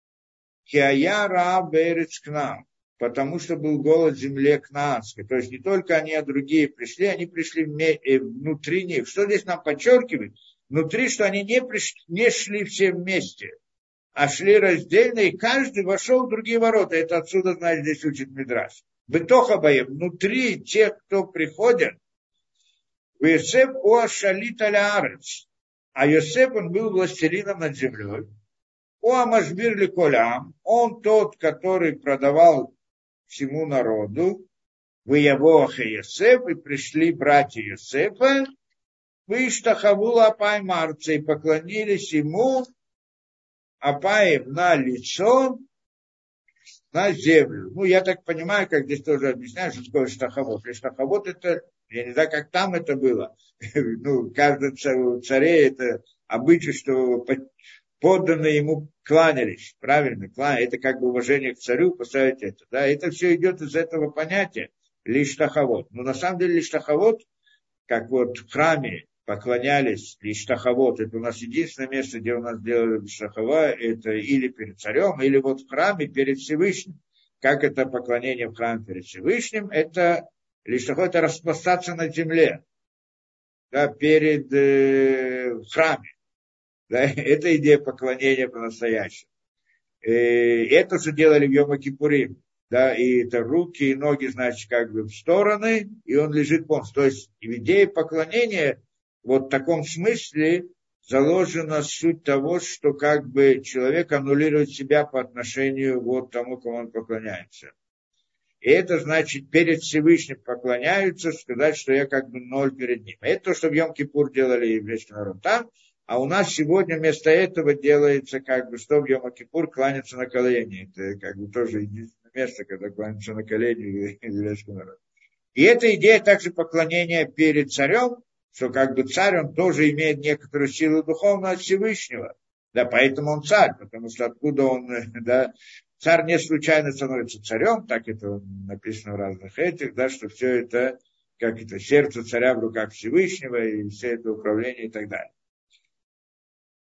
Киая Рааб Эрец к нам. Потому что был голод в земле кнаанской. То есть не только они, а другие пришли, они пришли внутри них. Что здесь нам подчеркивает? Внутри, что они не шли все вместе, а шли раздельно, и каждый вошел в другие ворота. Это отсюда, знаете, здесь учит Мидраш. Бетоха Баем, внутри тех, кто приходят, в Йосеф Оашалит Алярец. А Йосеф, он был властелином над землей. У Амашбир Ликолям, он тот, который продавал всему народу, в Явоахе Йосеф, и пришли братья Йосефа, вы Штахавула Апай Марца, и поклонились ему Апаев на лицо, на землю. Ну, я так понимаю, как здесь тоже объясняют, что такое штаховод. И штаховод это, я не знаю, как там это было. Ну, каждый царе это обычай, что подданные ему кланялись, правильно, это как бы уважение к царю, поставить это, да, это все идет из этого понятия, лиштахавод. Но на самом деле лиштахавод, как вот в храме поклонялись лиштахавод, это у нас единственное место, где у нас делали лиштахава, это или перед царем, или вот в храме перед Всевышним. Как это поклонение в храме перед Всевышним, это лиштахавод, это распластаться на земле, да, перед в храме. Да, это идея поклонения по-настоящему. Это же делали в Йом-Кипурим. Да, и это руки и ноги, значит, как бы в стороны, и он лежит полностью. То есть в идее поклонения, вот в таком смысле, заложена суть того, что как бы человек аннулирует себя по отношению вот к тому, кому он поклоняется. И это значит, перед Всевышним поклоняются, сказать, что я как бы ноль перед ним. Это то, что в Йом-Кипур делали еврейский народ там. А у нас сегодня вместо этого делается, как бы, что в Йом-Кипур кланяться на колени. Это как бы тоже единственное место, когда кланяться на колени еврейского народа. И эта идея также поклонения перед царем, что как бы царь, он тоже имеет некоторую силу духовную от Всевышнего. Да, поэтому он царь, потому что откуда он, да, царь не случайно становится царем, так это написано в разных этих, да, что все это, как это, сердце царя в руках Всевышнего, и все это управление и так далее.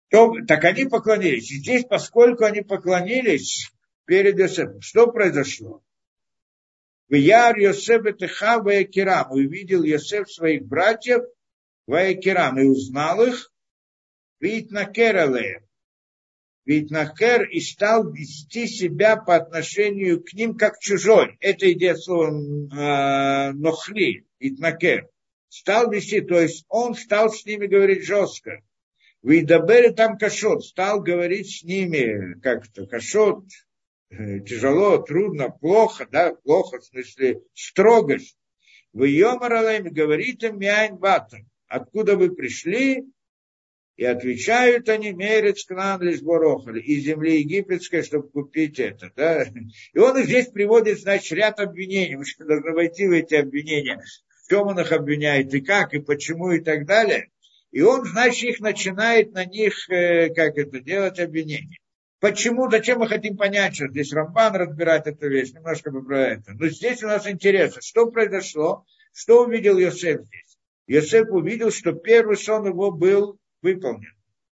Так они поклонились. И здесь, поскольку они поклонились перед Йосефом, что произошло? В Яр Йосеф Бетеха Ваякирам. Увидел Йосеф своих братьев Ваякирам и узнал их. Витнакер алеем. Витнакер и стал вести себя по отношению к ним как чужой. Это идея слова нохли, Витнакер. Стал вести, то есть он стал с ними говорить жестко. Выдабели там кашот, стал говорить с ними как-то кашот, тяжело, трудно, плохо, да, плохо, в смысле строгость. Вы йомаралэм, говорит им мяйн батам, откуда вы пришли, и отвечают они, мерец клан лишь борохали, из земли египетской, чтобы купить это, да. И он их здесь приводит, значит, ряд обвинений, мы что должны войти в эти обвинения, в чем он их обвиняет, и как, и почему, и так далее. И он, значит, их начинает на них, как это, делать обвинения. Почему, зачем мы хотим понять, что здесь Рамбан разбирает эту вещь, немножко про это. Но здесь у нас интересно, что произошло, что увидел Йосеф здесь. Йосеф увидел, что первый сон его был выполнен.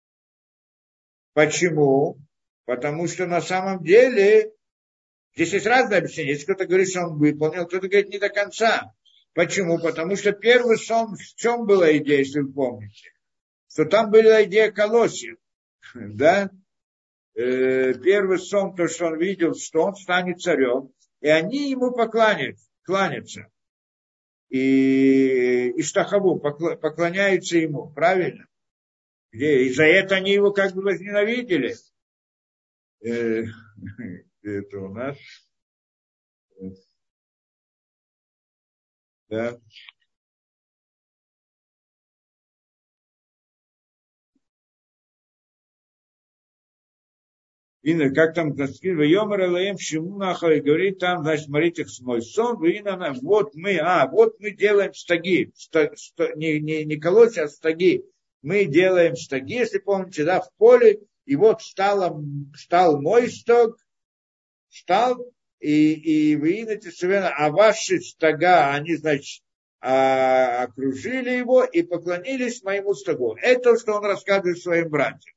Почему? Потому что на самом деле, здесь есть разные объяснения. Если кто-то говорит, что он выполнил, кто-то говорит не до конца. Почему? Потому что первый сон, в чем была идея, если вы помните? Что там была идея колосьев. Да? Первый сон, то, что он видел, что он станет царем, и они ему кланятся. И Штахаву поклоняются ему, правильно? И за это они его как бы возненавидели. Это у нас. Да. И как там Йомар Элаем Шимунаха, и говорит там, значит, смотрите, мой сон, вот мы делаем стаги, не колосья, а стаги. Мы делаем стаги, если помните, да, в поле, и вот стал мой стог, и вы инете совершенно, а ваши стога, они, значит, окружили его и поклонились моему стогу. Это, что он рассказывает своим братьям.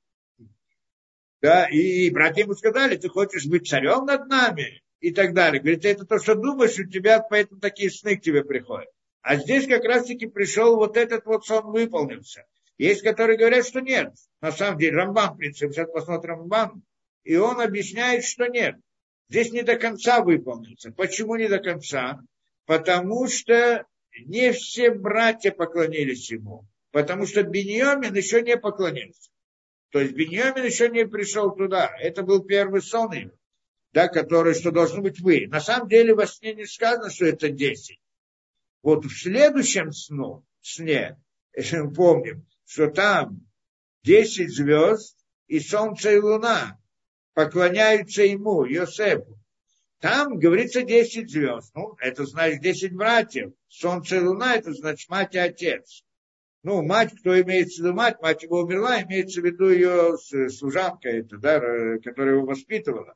Да, и братья ему сказали, ты хочешь быть царем над нами? И так далее. Говорит, это то, что думаешь, у тебя поэтому такие сны к тебе приходят. А здесь как раз-таки пришел вот этот вот сон выполнился. Есть, которые говорят, что нет. На самом деле, Рамбан, в принципе, сейчас посмотрим Рамбан, и он объясняет, что нет. Здесь не до конца выполнился. Почему не до конца? Потому что не все братья поклонились ему. Потому что Биньямин еще не поклонился. То есть Биньямин еще не пришел туда. Это был первый сон его, да, который, что должно быть вы. На самом деле во сне не сказано, что это 10. Вот в следующем сне, если мы помним, что там 10 звезд и солнце и луна поклоняются ему, Йосефу. Там говорится 10 звезд. Ну, это значит 10 братьев. Солнце и луна, это значит мать и отец. Ну, мать, кто имеется в виду мать его умерла, имеется в виду ее служанка, это, да, которая его воспитывала.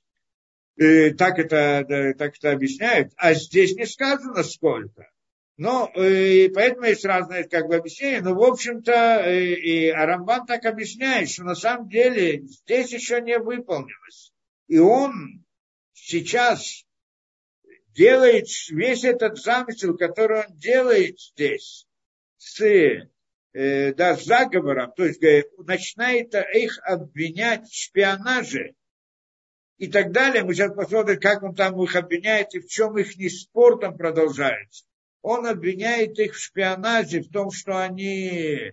И так это объясняют. А здесь не сказано сколько. Но и поэтому есть разные как бы объяснения. Но, в общем-то, и Рамбан так объясняет, что на самом деле здесь еще не выполнилось. И он сейчас делает весь этот замысел, который он делает здесь, с заговором, то есть начинает их обвинять в шпионаже и так далее. Мы сейчас посмотрим, как он там их обвиняет и в чем их не спор там продолжается. Он обвиняет их в шпионаже, в том, что они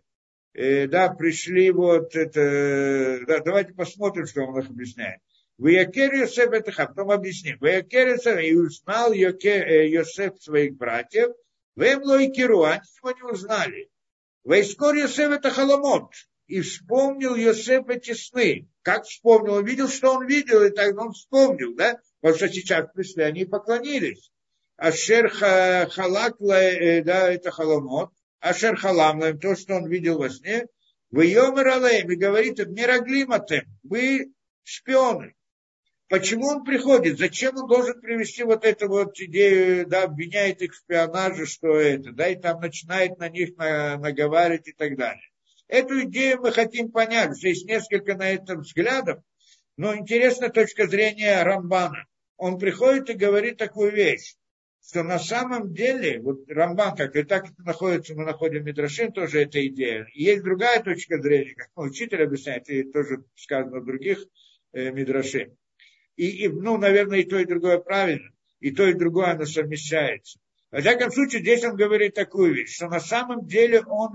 пришли вот это. Да, давайте посмотрим, что он их объясняет. Ваякер Йосеф это потом объясним. Ваякер Йосеф, и узнал Йосеф своих братьев, Вемло и Киру, они его не узнали. Вайскор Йосеф это халамот. И вспомнил Йосеф эти сны. Как вспомнил? Он видел, что он видел, и тогда он вспомнил, да? Потому что сейчас пришли, они поклонились. Ашер халак, да, это халамот. Ашер халам, то, что он видел во сне. Вы йомер алейм, и говорит, мираглиматем, вы шпионы. Почему он приходит? Зачем он должен привести вот эту вот идею, да, обвиняет их в шпионаже, что это, да, и там начинает на них наговаривать и так далее. Эту идею мы хотим понять. Здесь несколько на этом взглядов, но интересна точка зрения Рамбана. Он приходит и говорит такую вещь, что на самом деле, вот Рамбан, как и так это находится, мы находим Мидрашим, тоже эта идея. И есть другая точка зрения, как учитель объясняет, и тоже сказано в других Мидрашим. Ну, наверное, и то, и другое правильно, и то, и другое оно совмещается. Во всяком случае, здесь он говорит такую вещь, что на самом деле он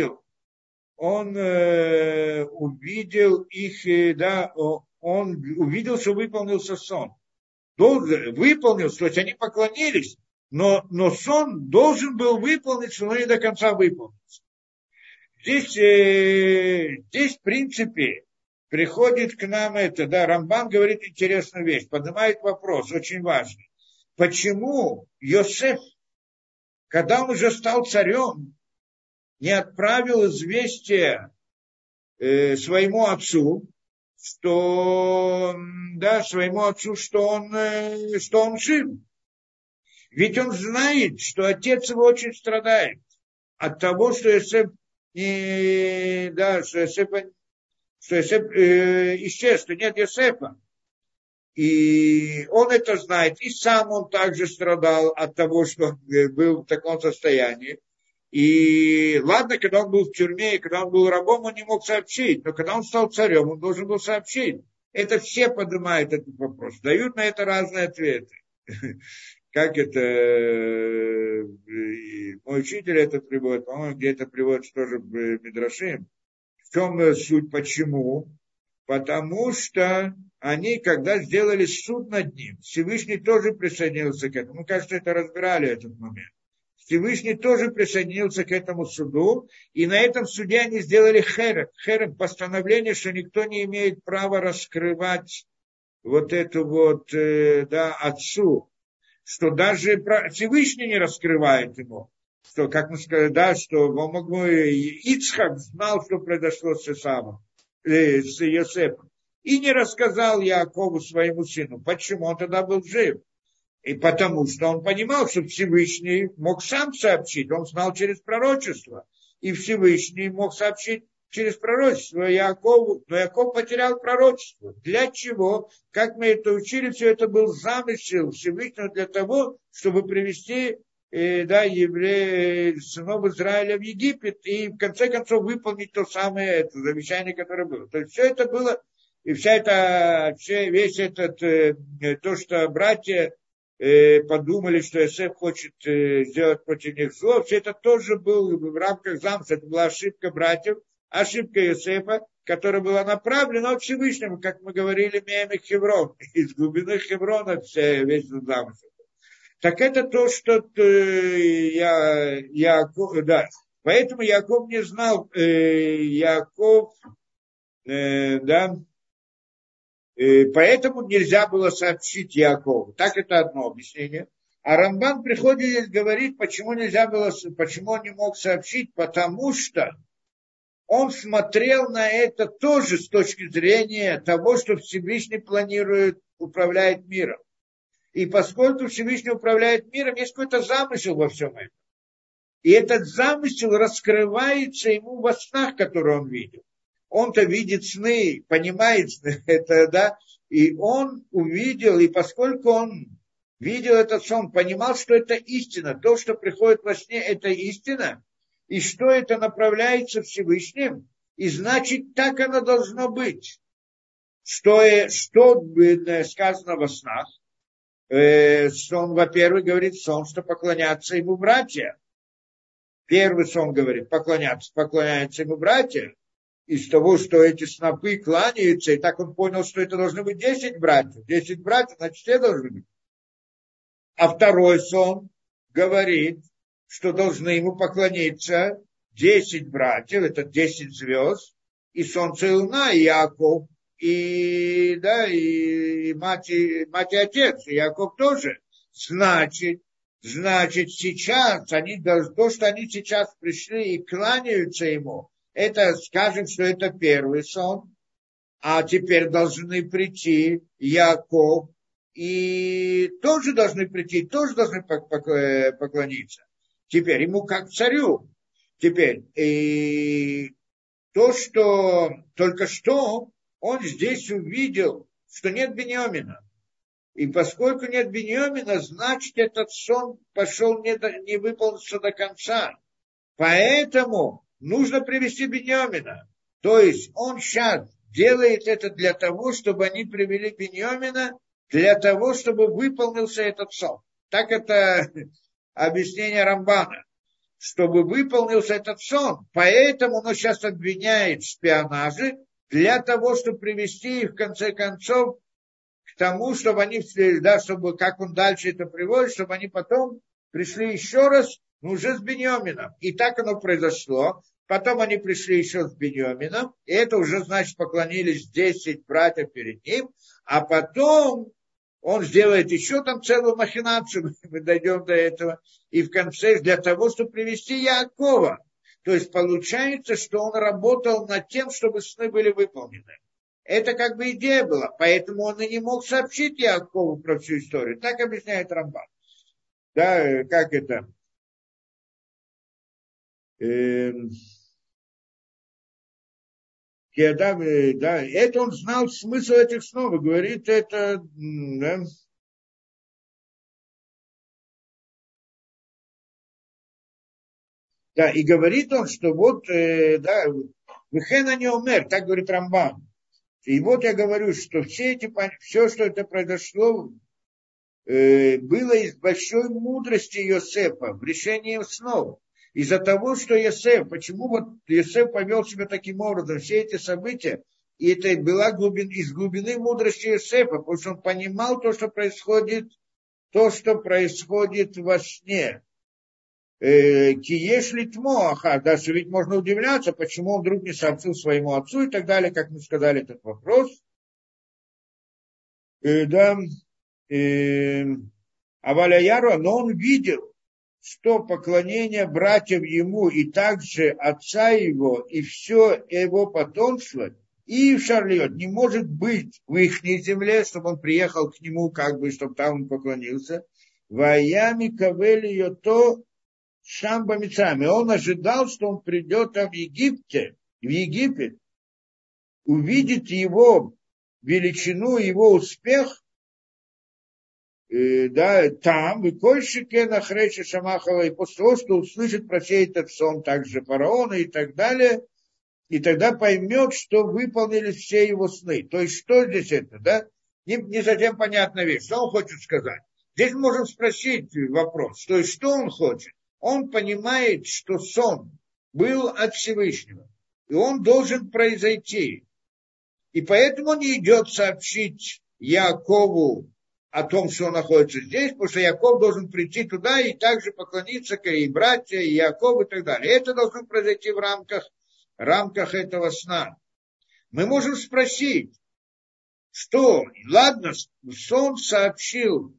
увидел их, да, он увидел, что выполнился сон. Выполнился, то есть они поклонились, но сон должен был выполниться, но не до конца выполнился. Здесь, в принципе, приходит к нам Рамбан говорит интересную вещь, поднимает вопрос, очень важный. Почему Йосеф, когда он уже стал царем, не отправил известие своему отцу, что он жив. Ведь он знает, что отец его очень страдает от того, что Йосеф исчез, что нет Йосефа. И он это знает. И сам он также страдал от того, что он был в таком состоянии. И ладно, когда он был в тюрьме, и когда он был рабом, он не мог сообщить. Но когда он стал царем, он должен был сообщить. Это все поднимают этот вопрос. Дают на это разные ответы. Как это... Мой учитель это приводит, по-моему, где это приводится тоже в Мидрашим. В чем суть, почему? Потому что они, когда сделали суд над ним, Всевышний тоже присоединился к этому. Мы, кажется, это разбирали этот момент. Всевышний тоже присоединился к этому суду, и на этом суде они сделали херем, постановление, что никто не имеет права раскрывать вот эту вот, отцу, что даже Всевышний не раскрывает ему, что, как мы сказали, что Ицхак знал, что произошло с Йосефом, и не рассказал Яакову, своему сыну. Почему? Он тогда был жив. И потому что он понимал, что Всевышний мог сам сообщить, он знал через пророчество. И Всевышний мог сообщить через пророчество Яакову, но Яаков потерял пророчество. Для чего? Как мы это учили, все это был замысел Всевышнего для того, чтобы привести сынов Израиля в Египет и в конце концов выполнить то самое завещание, которое было. То есть все это было, и то, что братья подумали, что Йосеф хочет сделать против них зло. Все это тоже было в рамках замысла. Это была ошибка братьев, ошибка Йосефа, которая была направлена от Всевышнего, как мы говорили, Меемих Хеврон. Из глубины Хеврона весь замысел. Так это то, что Яаков, да. Поэтому Яаков не знал, поэтому нельзя было сообщить Яакову. Так это одно объяснение. А Рамбан приходит и говорит, почему нельзя было, почему он не мог сообщить, потому что он смотрел на это тоже с точки зрения того, что Всевышний планирует, управляет миром. И поскольку Всевышний управляет миром, есть какой-то замысел во всем этом. И этот замысел раскрывается ему во снах, которые он видел. Он-то видит сны, понимает это, да, и он увидел, и поскольку он видел этот сон, понимал, что это истина, то, что приходит во сне, это истина, и что это направляется Всевышним, и значит, так оно должно быть. Что сказано во снах, сон, во-первых, говорит сон, что поклоняться ему братья. Первый сон говорит, поклоняются ему братья. Из того, что эти снопы кланяются, и так он понял, что это должны быть 10 братьев. 10 братьев, значит, все должны быть. А второй сон говорит, что должны ему поклониться 10 братьев, это 10 звезд, и солнце и луна, и Яаков, и мать и отец, и Яаков тоже. Значит, сейчас то, что они сейчас пришли и кланяются ему, это, скажем, что это первый сон, а теперь должны прийти Яаков, и тоже должны прийти, тоже должны поклониться. Теперь ему как царю. Теперь, то, что только что он здесь увидел, что нет Биньямина. И поскольку нет Биньямина, значит, этот сон пошел не выполнился до конца. Поэтому нужно привести Биньямина. То есть он сейчас делает это для того, чтобы они привели Биньямина, для того, чтобы выполнился этот сон. Так это объяснение Рамбана. Чтобы выполнился этот сон. Поэтому он сейчас обвиняет в шпионаже, для того, чтобы привести их в конце концов к тому, чтобы они, да, чтобы, как он дальше это приводит, чтобы они потом пришли еще раз, но уже с Биньямином. И так оно произошло. Потом они пришли еще с Биньямином, и это уже, значит, поклонились 10 братьев перед ним, а потом он сделает еще там целую махинацию, мы дойдем до этого, и в конце для того, чтобы привести Яакова. То есть получается, что он работал над тем, чтобы сны были выполнены. Это как бы идея была, поэтому он и не мог сообщить Яакову про всю историю. Так объясняет Рамбан. Да, как это? Да, это он знал смысл этих снов, и говорит это, да. Да, и говорит он, что вот, да, Вехена не умер, так говорит Рамбан. И вот я говорю, что все, что это произошло, было из большой мудрости Йосефа в решении снов. Из-за того, что Йосеф, почему вот Йосеф повел себя таким образом, все эти события, и это была из глубины мудрости Йосефа, потому что он понимал то, что происходит во сне. Киеш литмо, даже ведь можно удивляться, почему он вдруг не сообщил своему отцу и так далее, как мы сказали, этот вопрос. Да, Аваляяру, но он видел, что поклонение братьев ему и также отца его и все его потомство, и в Шарлиот не может быть в их земле, чтобы он приехал к нему, как бы, чтобы там он поклонился. Ваями кавели йото Шамба Мицами. Он ожидал, что он придет там в Египет, увидит его величину, его успех, да, там, и кольщике на хрече Шамахова, и после того, что услышит про сей этот сон также фараона и так далее, и тогда поймет, что выполнились все его сны. То есть, что здесь это, да? Не совсем понятная вещь. Что он хочет сказать? Здесь можем спросить вопрос. То есть, что он хочет? Он понимает, что сон был от Всевышнего, и он должен произойти. И поэтому он не идет сообщить Яакову о том, что он находится здесь, потому что Яаков должен прийти туда и также поклониться, и братья, и Яаков, и так далее. Это должно произойти в рамках этого сна. Мы можем спросить, что, ладно, сон сообщил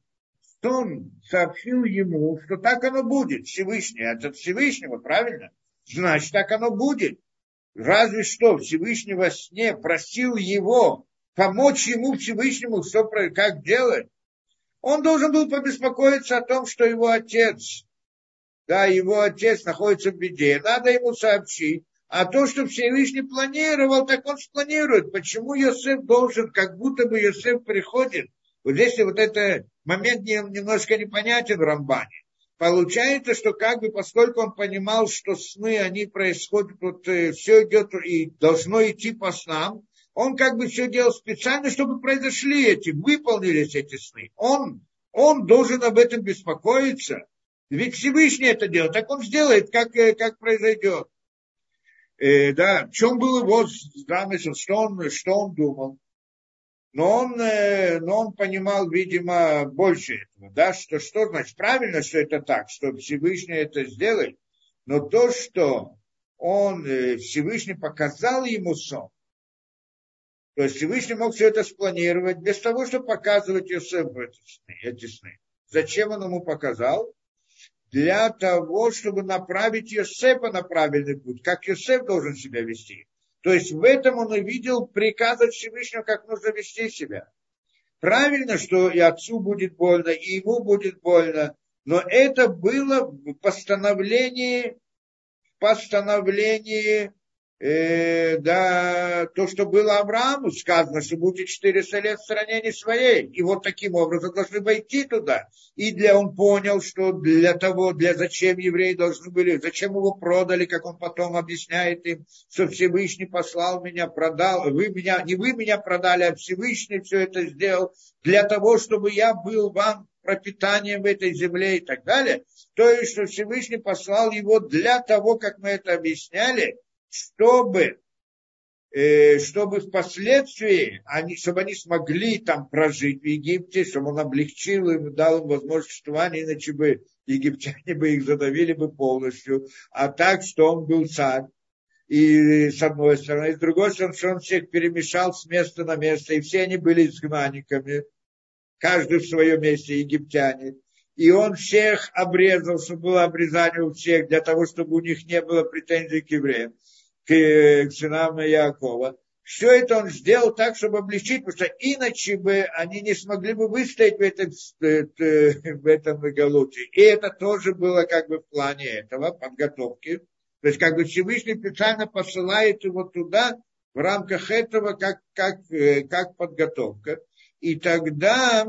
ему, что так оно будет, Всевышний, от Всевышнего, правильно? Значит, так оно будет. Разве что Всевышний во сне просил его помочь ему Всевышнему, как делать. Он должен был побеспокоиться о том, что его отец находится в беде. Надо ему сообщить. А то, что Всевышний планировал, так он спланирует. Почему Йосеф должен, как будто бы Йосеф приходит. Вот здесь вот этот момент немножко непонятен в Рамбане. Получается, что как бы, поскольку он понимал, что сны, они происходят, вот все идет и должно идти по снам, он как бы все делал специально, чтобы выполнились эти сны. Он должен об этом беспокоиться. Ведь Всевышний это делает, так он сделает, как произойдет. Да, в чем был его замысел, что он думал. Но он понимал, видимо, больше этого, да, что значит правильно, что это так, что Всевышний это сделает, но то, что Всевышний показал ему сон, то есть Всевышний мог все это спланировать без того, чтобы показывать Йосефу эти сны. Зачем он ему показал? Для того, чтобы направить Йосефа на правильный путь, как Йосеф должен себя вести. То есть в этом он увидел приказ от Всевышнего, как нужно вести себя. Правильно, что и отцу будет больно, и ему будет больно, но это было в постановлении да, то, что было Аврааму, сказано, что будете 400 лет в стране не своей. И вот таким образом должны войти туда. Он понял, что для зачем евреи должны были, зачем его продали, как он потом объясняет им, что Всевышний послал меня, продал, не вы меня продали, а Всевышний все это сделал, для того, чтобы я был вам пропитанием в этой земле и так далее. То есть, что Всевышний послал его для того, как мы это объясняли, чтобы впоследствии, чтобы они смогли там прожить в Египте, чтобы он облегчил им, дал им возможность существования, иначе бы египтяне бы их задавили бы полностью. А так, что он был царь, и с одной стороны, и с другой стороны, что он всех перемешал с места на место, и все они были изгнанниками, каждый в своем месте египтяне. И он всех обрезал, чтобы было обрезание у всех, для того, чтобы у них не было претензий к евреям, к сынам Яакова. Все это он сделал так, чтобы облегчить, потому что иначе бы они не смогли бы выстоять в этом галуте. И это тоже было как бы в плане этого, подготовки. То есть как бы Всевышний специально посылает его туда в рамках этого как подготовка. И тогда,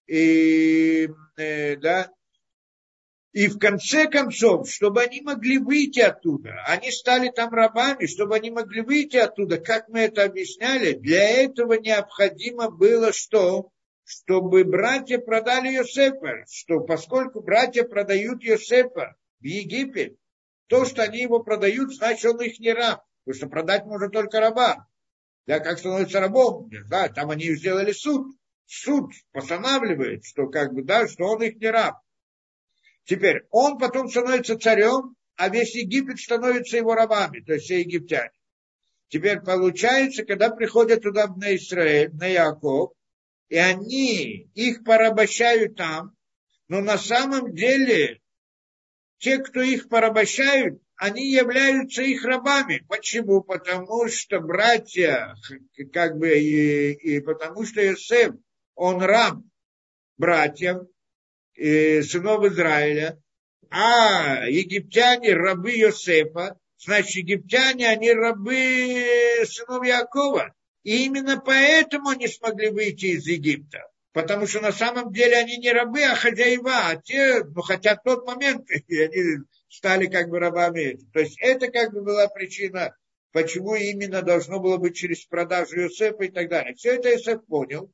и в конце концов, чтобы они могли выйти оттуда, они стали там рабами, чтобы они могли выйти оттуда, как мы это объясняли, для этого необходимо было что? Чтобы братья продали Йосефа, что поскольку братья продают Йосефа в Египет, то, что они его продают, значит, он их не раб, потому что продать можно только раба. Да, как становится рабом, да, там они сделали суд. Суд постанавливает, что как бы, да, что он их не раб. Теперь, он потом становится царем, а весь Египет становится его рабами, то есть все египтяне. Теперь получается, когда приходят туда на Израиль, на Яаков, и они их порабощают там, но на самом деле те, кто их порабощают, они являются их рабами. Почему? Потому что братья, как бы, и потому что Иосиф, он раб братьям, сынов Израиля, а египтяне рабы Йосефа, значит, египтяне, они рабы сынов Яакова. И именно поэтому они смогли выйти из Египта. Потому что на самом деле они не рабы, а хозяева. А те, хотя в тот момент они стали как бы рабами. То есть это как бы была причина, почему именно должно было быть через продажу Йосефа и так далее. Все это Йосеф понял.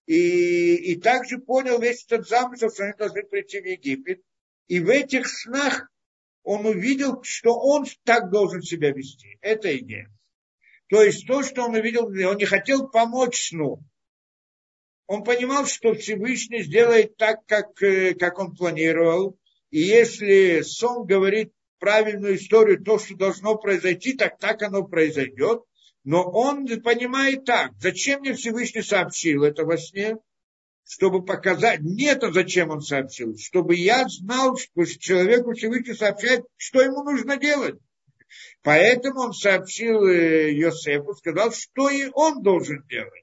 И также понял весь этот замысел, что они должны прийти в Египет. И в этих снах он увидел, что он так должен себя вести. Это идея. То есть то, что он увидел, он не хотел помочь сну. Он понимал, что Всевышний сделает так, как он планировал. И если сон говорит правильную историю, то, что должно произойти, так оно произойдет. Но он понимает так, зачем мне Всевышний сообщил это во сне, чтобы показать, не-то зачем он сообщил, чтобы я знал, что человеку Всевышний сообщает, что ему нужно делать. Поэтому он сообщил Йосефу, сказал, что и он должен делать.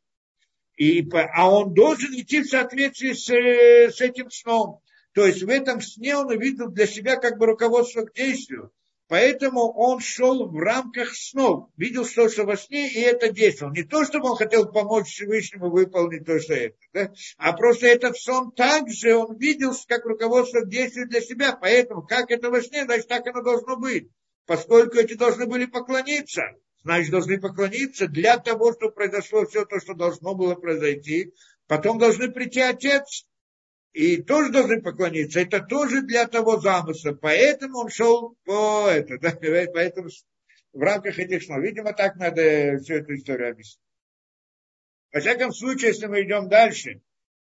А он должен идти в соответствии с этим сном. То есть в этом сне он увидел для себя как бы руководство к действию. Поэтому он шел в рамках снов, видел что во сне, и это действовал. Не то, чтобы он хотел помочь Всевышнему выполнить то, что это, да? А просто этот сон также он видел как руководство к действию для себя. Поэтому, как это во сне, значит, так оно должно быть. Поскольку эти должны были поклониться, значит, должны поклониться для того, чтобы произошло все то, что должно было произойти. Потом должны прийти отец. И тоже должны поклониться. Это тоже для того замысла. Поэтому он шел по это. Да? Поэтому в рамках этих снов. Видимо, так надо всю эту историю объяснить. Во всяком случае, если мы идем дальше.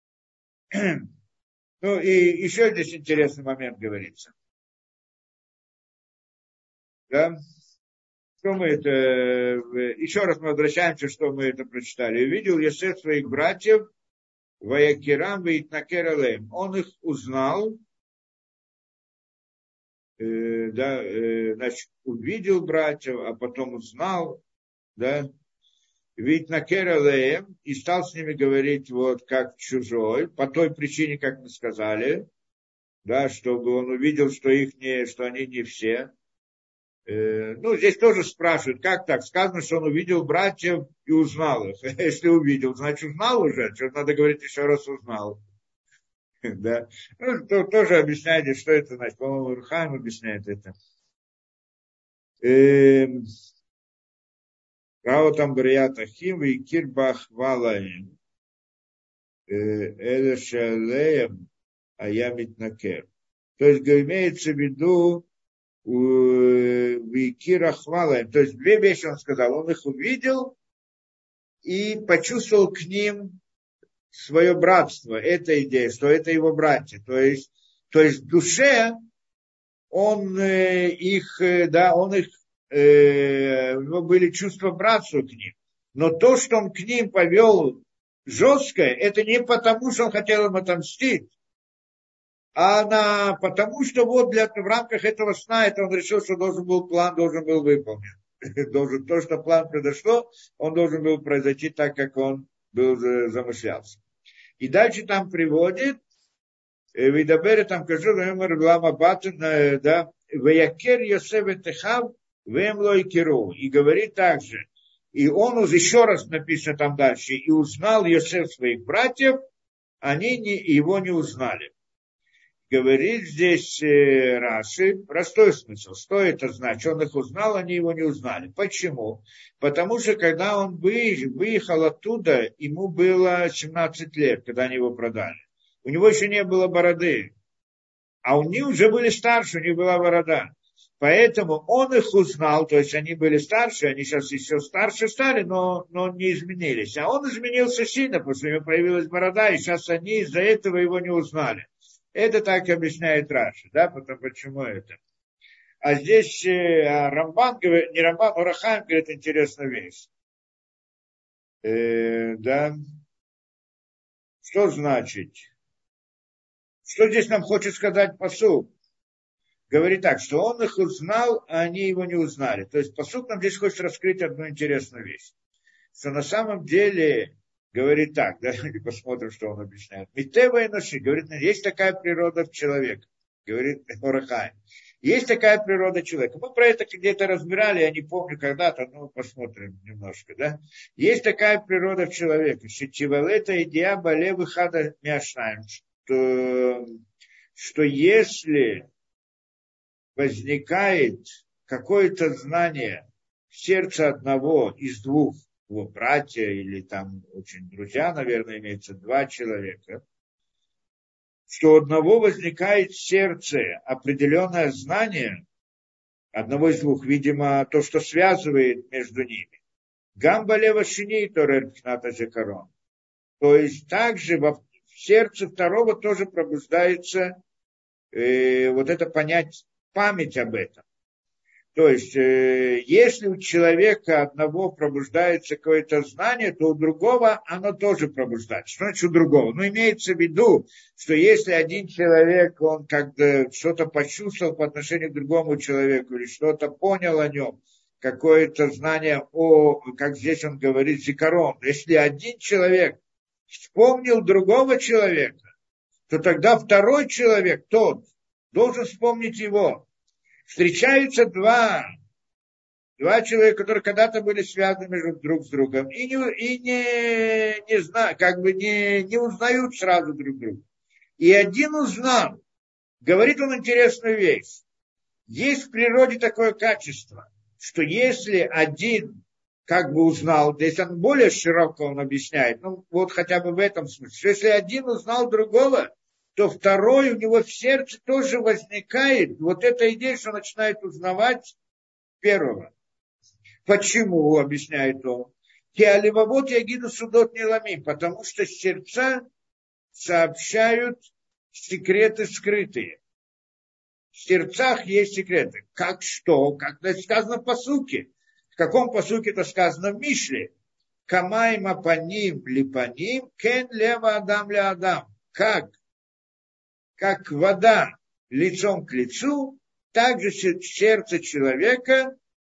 Ну и еще здесь интересный момент говорится. Да? Что мы это... Еще раз мы возвращаемся, что мы это прочитали. Увидел Йосеф своих братьев, Ваякирам Вейтнакер Алеем. Он их узнал, значит, увидел братьев, а потом узнал, да, Вейтнакер Алеем, и стал с ними говорить вот как чужой, по той причине, как мы сказали, да, чтобы он увидел, что они не все. Ну, здесь тоже спрашивают, как так? Сказано, что он увидел братьев и узнал их. Если увидел, значит, узнал уже. Что надо говорить еще раз узнал. Да. Ну, тоже объясняете, что это значит. По-моему, Рухайм объясняет это. Право там Барият Ахим и Кирбах Валаем. Эля Шалеем Аямит Накер. То есть имеется в виду Викира Хвалаем. То есть две вещи он сказал. Он их увидел и почувствовал к ним свое братство. Это идея, что это его братья. То есть в душе он их, да, у него были чувства братства к ним. Но то, что он к ним повел жесткое, это не потому, что он хотел им отомстить, а потому, что вот в рамках этого сна это он решил, что план должен был выполнен. То, что план произошло, он должен был произойти так, как он был замышлялся. И дальше там приводит, Видабере там кажу, Лама Батен, да, Ваякер Йосеф Техав, Вемлой Киру. И говорит также, и он уже еще раз написано там дальше, и узнал Йосеф своих братьев, они его не узнали. Говорит здесь Раши, простой смысл. Что это значит? Он их узнал, они его не узнали. Почему? Потому что когда он выехал оттуда, ему было 17 лет, когда они его продали. У него еще не было бороды. А у них уже были старше, у них была борода. Поэтому он их узнал, то есть они были старше, они сейчас еще старше стали, но не изменились. А он изменился сильно, потому что у него появилась борода, и сейчас они из-за этого его не узнали. Это так объясняет Раши, да, почему это. А здесь Рамбан говорит, не Рамбан, а Рахаим говорит интересную вещь. Да. Что значит? Что здесь нам хочет сказать пасук? Говорит так, что он их узнал, а они его не узнали. То есть пасук нам здесь хочет раскрыть одну интересную вещь. Что на самом деле, говорит так, да, посмотрим, что он объясняет. Митева и ноши, говорит, есть такая природа в человеке. Говорит Орахай. Есть такая природа человека. Мы про это где-то разбирали, я не помню когда-то, но посмотрим немножко, да. Есть такая природа в человеке. Шичивалета идея балевы хада мяшнаем. Что если возникает какое-то знание в сердце одного из двух его братья, или там очень друзья, наверное, имеется два человека, что у одного возникает в сердце определенное знание, одного из двух, видимо, то, что связывает между ними. Гамба лева шини торер пхната зекарон. То есть также в сердце второго тоже пробуждается вот это понять, память об этом. То есть, если у человека одного пробуждается какое-то знание, то у другого оно тоже пробуждается. Что значит у другого? Ну, имеется в виду, что если один человек, он как-то что-то почувствовал по отношению к другому человеку, или что-то понял о нем, какое-то знание как здесь он говорит, зикарон. Если один человек вспомнил другого человека, то тогда второй человек, тот, должен вспомнить его. Встречаются два человека, которые когда-то были связаны друг с другом, и не знают, как бы не узнают сразу друг друга. И один узнал, говорит он интересную вещь. Есть в природе такое качество, что если один как бы узнал, здесь он более широко он объясняет, ну вот хотя бы в этом смысле, что если один узнал другого, то второй у него в сердце тоже возникает вот эта идея, что начинает узнавать первого. Почему, объясняет он? Кеаливавот ягиду судот не лами, потому что сердца сообщают секреты скрытые. В сердцах есть секреты. Как что? Как сказано в пасуке. В каком пасуке это сказано в Мишле? Камай мапаним липаним, кен лева адам ля адам. Как вода лицом к лицу, так же сердце человека,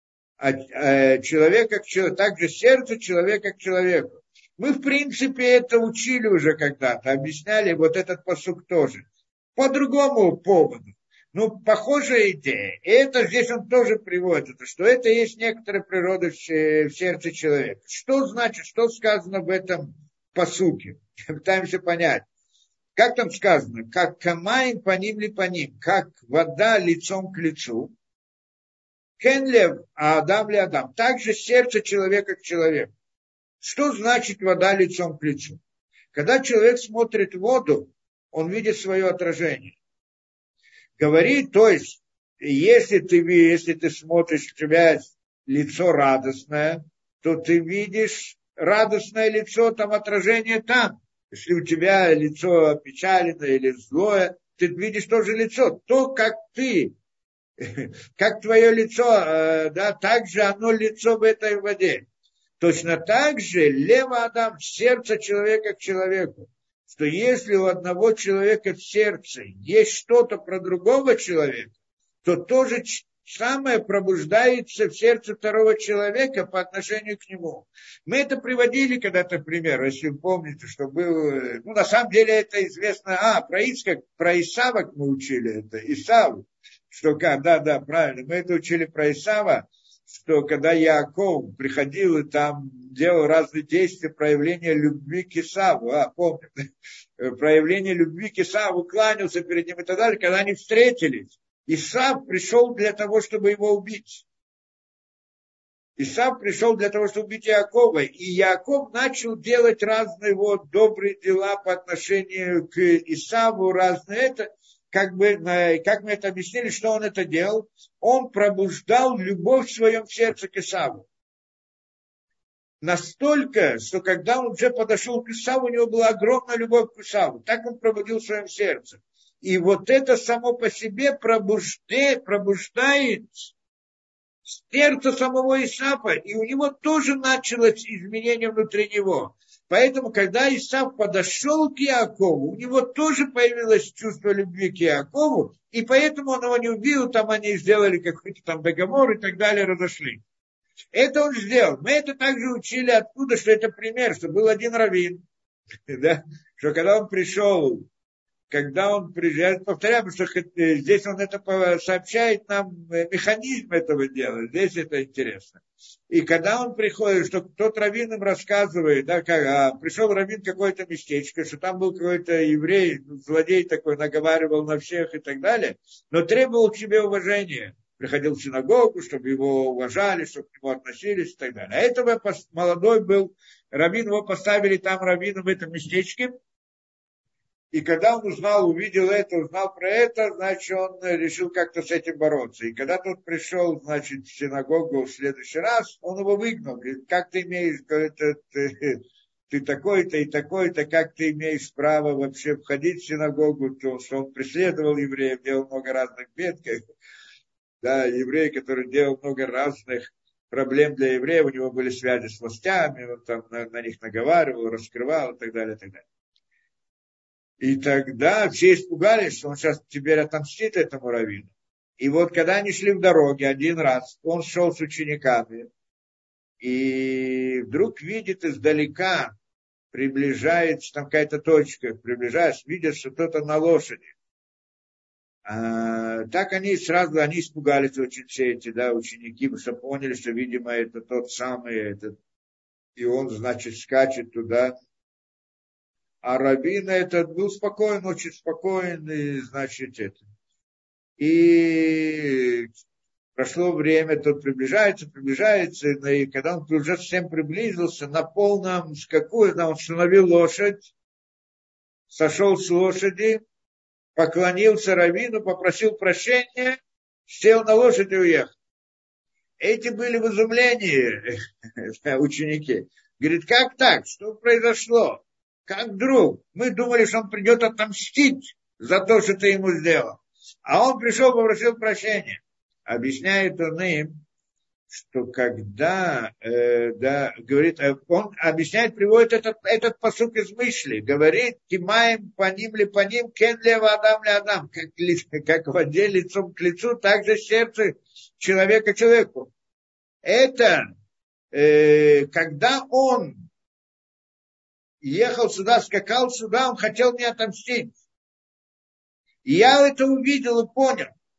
также сердце человека к человеку. Мы, в принципе, это учили уже когда-то, объясняли вот этот пасук тоже. По другому поводу. Ну, похожая идея. И это здесь он тоже приводит, это, что это есть некоторая природа в сердце человека. Что значит, что сказано в этом пасуке? Пытаемся понять. Как там сказано? Как камаем по ним ли по ним, как вода лицом к лицу. Кенлев, а Адам ли Адам. Также сердце человека к человеку. Что значит вода лицом к лицу? Когда человек смотрит в воду, он видит свое отражение. Говорит, то есть, если ты смотришь, у тебя лицо радостное, то ты видишь радостное лицо, там отражение там. Если у тебя лицо опечаленное или злое, ты видишь тоже лицо. То, как ты, как твое лицо, да, так же оно лицо в этой воде. Точно так же лево Адам, сердце человека к человеку. Что если у одного человека в сердце есть что-то про другого человека, то то же самое пробуждается в сердце второго человека по отношению к нему. Мы это приводили когда-то пример, если вы помните, что был, ну на самом деле это известно, про Исава мы учили это, Исав, что как, да, правильно, мы это учили про Исава, что когда Яаков приходил и там делал разные действия, проявление любви к Исаву, помните, проявление любви к Исаву, кланялся перед ним и так далее, когда они встретились, Исав пришел для того, чтобы его убить. Исав пришел для того, чтобы убить Яакова, и Яаков начал делать разные добрые дела по отношению к Исаву, разные это, как мы это объяснили, что он это делал, он пробуждал любовь в своем сердце к Исаву. Настолько, что когда он уже подошел к Исаву, у него была огромная любовь к Исаву. Так он пробудил в своем сердце. И вот это само по себе пробуждает сердце самого Исава, и у него тоже началось изменение внутри него. Поэтому, когда Исав подошел к Яакову, у него тоже появилось чувство любви к Яакову, и поэтому он его не убил, там они сделали какой-то там договор и так далее, разошлись. Это он сделал. Мы это также учили оттуда, что это пример, что был один раввин, да, что когда он пришел, я повторяю, потому что здесь он это сообщает нам механизм этого дела, здесь это интересно. И когда он приходит, что тот раввин им рассказывает, да, пришел раввин в какое-то местечко, что там был какой-то еврей, злодей такой, наговаривал на всех и так далее, но требовал к себе уважения. Приходил в синагогу, чтобы его уважали, чтобы к нему относились и так далее. А этого молодой был раввин, его поставили там раввином в этом местечке. И когда он увидел про это, значит, он решил как-то с этим бороться. И когда тот пришел, значит, в синагогу в следующий раз, он его выгнал. Говорит, как ты имеешь, ты такой-то и такой-то, как ты имеешь право вообще входить в синагогу, то, что он преследовал евреев, делал много разных бед. Да, еврей, который делал много разных проблем для евреев, у него были связи с властями, он там на них наговаривал, раскрывал и так далее, и так далее. И тогда все испугались, что он сейчас теперь отомстит этому раввину. И вот когда они шли в дороге один раз, он шел с учениками, и вдруг видит издалека, приближается, там какая-то точка, приближаясь, видят, что кто-то на лошади. Так они испугались очень, все эти, да, ученики, потому что поняли, что, видимо, это тот самый, и он, значит, скачет туда. А раввин этот был спокоен, очень спокоен, и, значит, это. И прошло время, тот приближается, и когда он уже совсем приблизился, на полном скаку, он остановил лошадь, сошел с лошади, поклонился раввину, попросил прощения, сел на лошадь и уехал. Эти были в изумлении ученики. Говорит, как так? Что произошло? Как вдруг? Мы думали, что он придет отомстить за то, что ты ему сделал. А он пришел, попросил прощения. Объясняет он им, что когда, говорит, он объясняет, приводит этот пасук из мысли, говорит, кимаем по ним ли по ним, кен лева Адам ли Адам, как в воде лицом к лицу, так же сердце человека человеку. Это, когда он ехал сюда, скакал сюда, он хотел мне отомстить. И я это увидел и понял.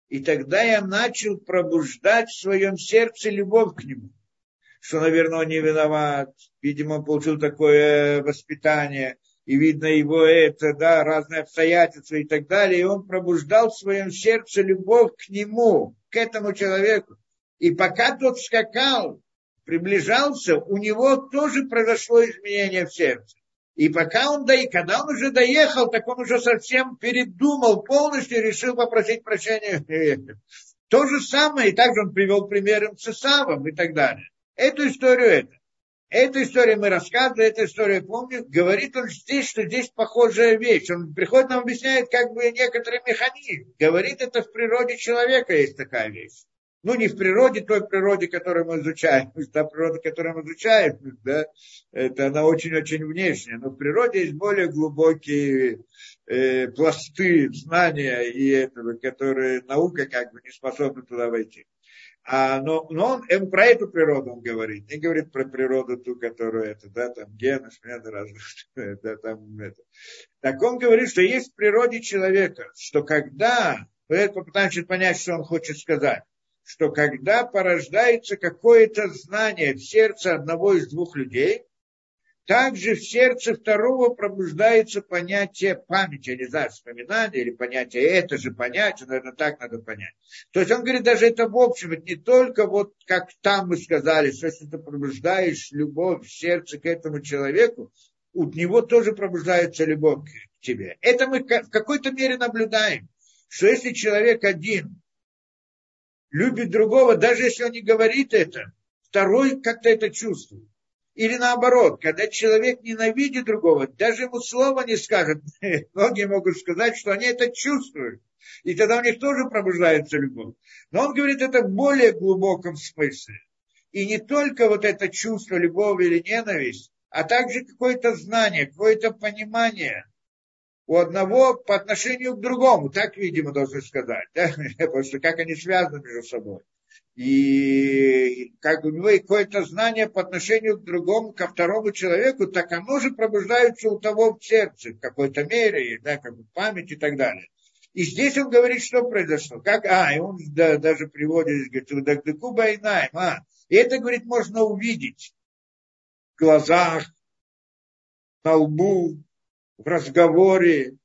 И тогда я начал пробуждать в своем сердце любовь к нему. Что, наверное, он не виноват. Видимо, он получил такое воспитание. И видно его это, да, разные обстоятельства и так далее. И он пробуждал в своем сердце любовь к нему, к этому человеку. И пока тот скакал, приближался, у него тоже произошло изменение в сердце. И пока когда он уже доехал, так он уже совсем передумал полностью, решил попросить прощения. То же самое, и также он привел примером с Исавом и так далее. Эту историю Эту историю мы рассказывали, эту историю я помню. Говорит он здесь, что здесь похожая вещь. Он приходит, нам объясняет как бы некоторый механизм. Говорит, это в природе человека есть такая вещь. Ну, не в природе, той природе, которую мы изучаем. Та природа, которую мы изучаем, да, это она очень-очень внешняя. Но в природе есть более глубокие пласты знания, и этого, которые наука как бы не способна туда войти. Но он про эту природу он говорит, не говорит про природу ту, которую это, да, там гены, смены разных, да, там это. Так он говорит, что есть в природе человека, что когда, попытаемся понять, что он хочет сказать, что когда порождается какое-то знание в сердце одного из двух людей, также в сердце второго пробуждается понятие памяти, я не знаю, вспоминания или понятие, это же понятие, наверное, так надо понять. То есть он говорит, даже это в общем, это не только вот как там мы сказали, что если ты пробуждаешь любовь в сердце к этому человеку, у него тоже пробуждается любовь к тебе. Это мы в какой-то мере наблюдаем, что если человек один любит другого, даже если он не говорит это, второй как-то это чувствует. Или наоборот, когда человек ненавидит другого, даже ему слова не скажет, многие могут сказать, что они это чувствуют. И тогда у них тоже пробуждается любовь. Но он говорит это в более глубоком смысле. И не только вот это чувство любовь или ненависть, а также какое-то знание, какое-то понимание у одного по отношению к другому. Так, видимо, должны сказать. Да? Потому что как они связаны между собой. И как у него какое-то знание по отношению к другому, ко второму человеку, так оно же пробуждается у того в сердце, в какой-то мере, да, как бы память и так далее. И здесь он говорит, что произошло. И он даже приводит, говорит, и это, говорит, можно увидеть в глазах, на лбу, в разговоре,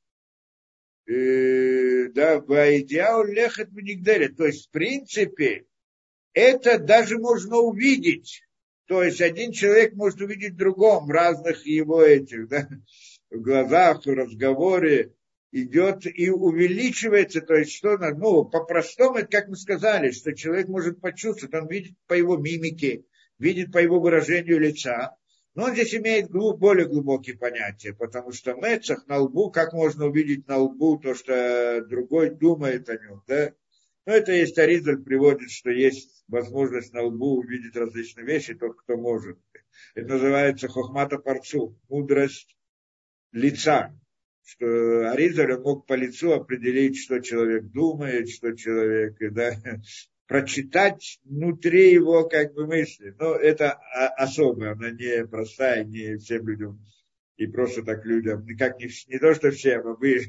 да, в идеал лехет в нигделе. То есть, в принципе, это даже можно увидеть. То есть один человек может увидеть в другом, разных его этих, да, в глазах, в разговоре идет и увеличивается. То есть что, по-простому, это как мы сказали, что человек может почувствовать, он видит по его мимике, видит по его выражению лица. Но он здесь имеет более глубокие понятия, потому что мецах на лбу, как можно увидеть на лбу то, что другой думает о нем, да? Но это есть Аризаль приводит, что есть возможность на лбу увидеть различные вещи, тот, кто может. Это называется хохмата парцу, мудрость лица. Что Аризаль мог по лицу определить, что человек думает, что человек, да, прочитать внутри его как бы мысли. Но это особое, она не простая, не всем людям, и просто так людям, никак не то, что всем, а мы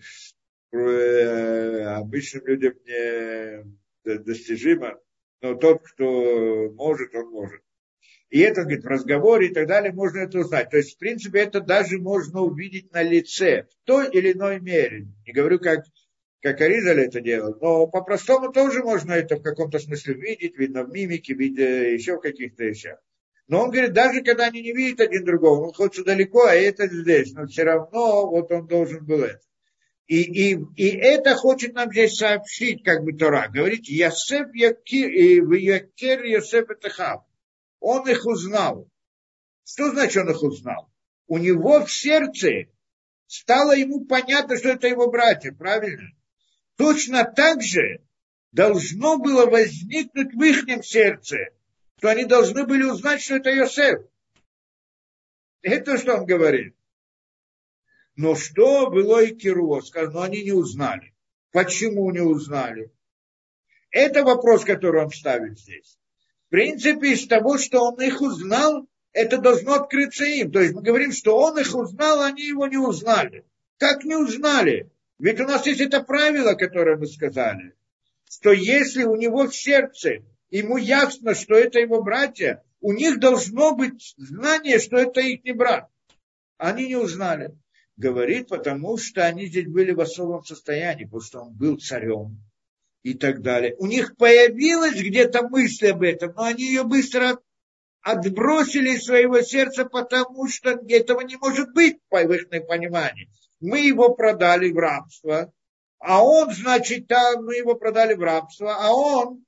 обычным людям не достижимо, но тот, кто может, он может. И это, говорит, в разговоре и так далее можно это узнать. То есть, в принципе, это даже можно увидеть на лице в той или иной мере. Не говорю, как Аризаль это делал, но по-простому тоже можно это в каком-то смысле видеть, видно в мимике, видно еще в каких-то вещах. Но он говорит, даже когда они не видят один другого, он ходит далеко, а это здесь, но все равно вот он должен был это. И это хочет нам здесь сообщить, как бы Тора. Говорит, Йосеф Якир Йосеф Этахав. Он их узнал. Что значит он их узнал? У него в сердце стало ему понятно, что это его братья, правильно? Точно так же должно было возникнуть в их сердце, что они должны были узнать, что это Йосеф. Это что он говорит. Но что было и Кируо? Но они не узнали. Почему не узнали? Это вопрос, который он ставит здесь. В принципе, из того, что он их узнал, это должно открыться им. То есть мы говорим, что он их узнал, а они его не узнали. Как не узнали? Ведь у нас есть это правило, которое мы сказали. что если у него в сердце, ему ясно, что это его братья, у них должно быть знание, что это их не брат. Они не узнали. Говорит, потому что они здесь были в особом состоянии, потому что он был царем и так далее. У них появилась где-то мысль об этом, но они ее быстро отбросили из своего сердца, потому что этого не может быть, по их пониманию. Мы его продали в рабство, а он, значит, там мы его продали в рабство, а он,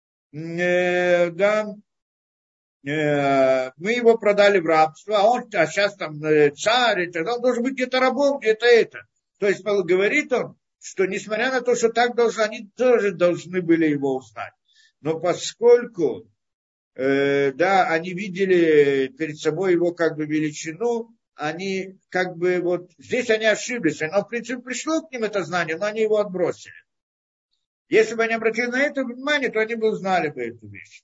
да, мы его продали в рабство, а сейчас там царь, и тогда он должен быть где-то рабом, где-то это. То есть говорит он, что несмотря на то, что так должны, они тоже должны были его узнать. Но поскольку да, они видели перед собой его как бы величину, они как бы вот, здесь они ошиблись, но в принципе пришло к ним это знание, но они его отбросили. Если бы они обратили на это внимание, то они бы узнали бы эту вещь.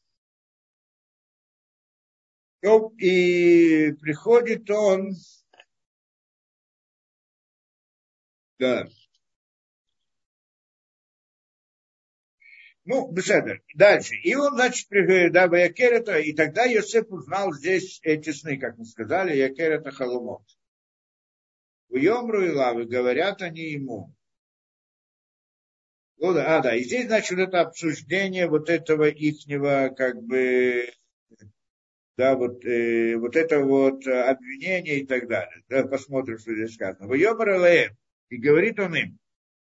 И приходит он, да, ну, беседа, дальше. И он, значит, да, Якер это, и тогда Йосеф узнал здесь эти сны, как мы сказали, Якер это халумот. В Йомру и Лавы говорят они ему. Ну, да, да, и здесь, значит, это обсуждение вот этого ихнего, как бы, да, вот это вот обвинение и так далее. Да, посмотрим, что здесь сказано. В Йомру и говорит он им,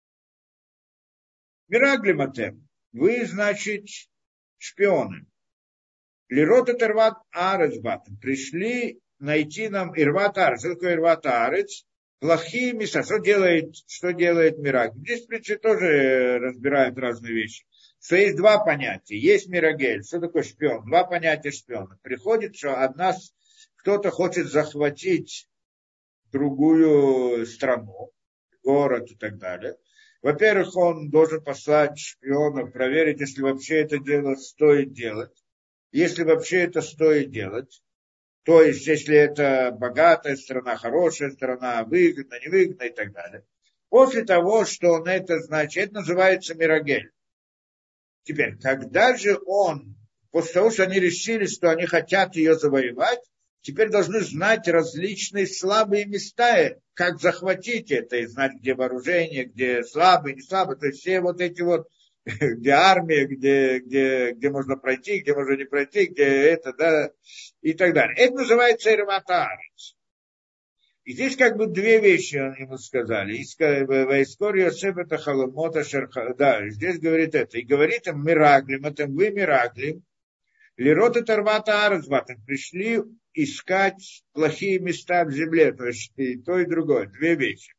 Мираглиматем, вы, значит, шпионы. Лирот это Ирват Арец Батом. Пришли найти нам Ирват Арец. Что такое Ирват Арец? Плохие места. Что делает Мирагель? Здесь, в принципе, тоже разбирают разные вещи. Что есть два понятия. Есть Мирагель. Что такое шпион? Два понятия шпиона. Приходит, что кто-то хочет захватить другую страну, город и так далее. Во-первых, он должен послать шпионов, проверить, если вообще это дело стоит делать. Если вообще это стоит делать. То есть, если это богатая страна, хорошая страна, выгодно, невыгодно и так далее. После того, что он это значит, это называется Мирагель. Теперь, когда же он, после того, что они решили, что они хотят ее завоевать, теперь должны знать различные слабые места, как захватить это, и знать, где вооружение, где слабые, не слабые, то есть все вот эти вот, где армия, где можно пройти, где можно не пройти, где это, да, и так далее. Это называется Ирватаарец. И здесь как бы две вещи ему сказали. Вайскор Йосеф это Халамота Шерха. Да, здесь говорит это. И говорит им Мираглим, это вы Мираглим. Лирот это Рвата Арцбатом. Пришли искать плохие места в земле. То есть и то, и другое. Две вещи.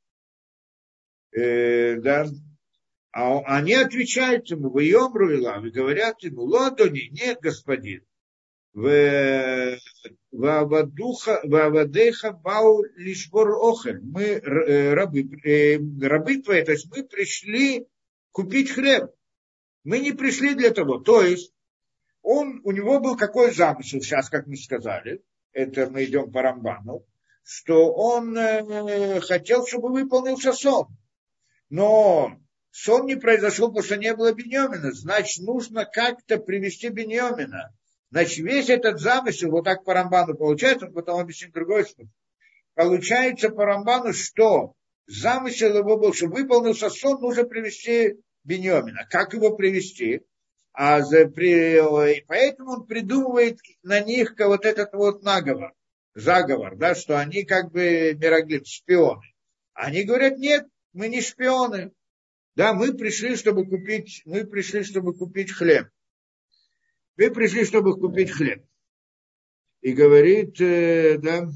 Да. А они отвечают ему, в Йомру и Лав, и говорят ему, Лодони, нет, господин. Вавадеха бау лишбор охель. Мы рабы твои, то есть мы пришли купить хлеб. Мы не пришли для того. То есть у него был какой замысел, сейчас, как мы сказали, это мы идем по Рамбану, что он хотел, чтобы выполнился сон. Но сон не произошел, потому что не было Биньямина. Значит, нужно как-то привести Биньямина. Значит, весь этот замысел, вот так по Рамбану получается, он потом объяснит другой смысл. Получается по Рамбану, что замысел его был, чтобы выполнился сон, нужно привести Биньямина. Как его привести? И поэтому он придумывает на них вот этот вот заговор, да, что они как бы мироглиф, шпионы. Они говорят, нет, мы не шпионы. Да, мы пришли, чтобы купить хлеб. Мы пришли, чтобы купить хлеб. И говорит, да,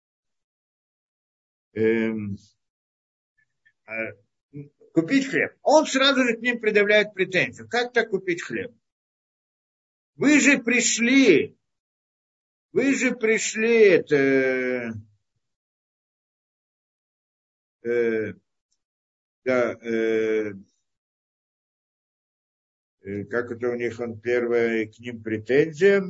купить хлеб. Он сразу же к ним предъявляет претензию. Как так купить хлеб? Вы же пришли, да, как это у них, он первая к ним претензия.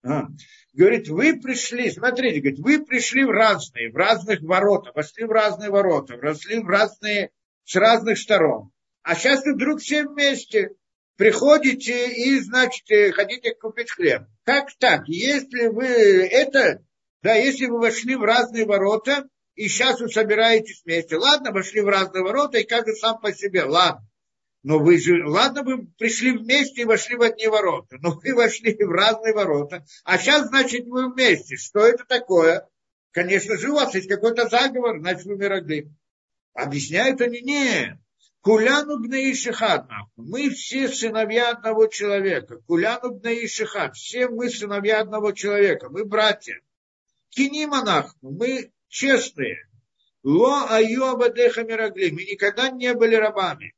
Ага. Говорит, вы пришли, смотрите, говорит, вы пришли в разных ворота, вошли в разные ворота, вошли в разные, с разных сторон. А сейчас вы вдруг все вместе приходите и, значит, хотите купить хлеб. Как так? Если вы это, да, если вы вошли в разные ворота, и сейчас вы собираетесь вместе. Ладно, вошли в разные ворота, и каждый сам по себе, ладно. Но вы же, ладно, вы пришли вместе и вошли в одни ворота, но вы вошли в разные ворота, а сейчас, значит, вы вместе. Что это такое? Конечно же, у вас есть какой-то заговор, значит, вы мироглим. Объясняют они, нет. Куляну бнеи шихат. Мы все сыновья одного человека. Куляну бнеи шихат. Все мы сыновья одного человека. Мы братья. Киниманах. Мы честные. Ло айо абадеха мирагли. Мы никогда не были рабами.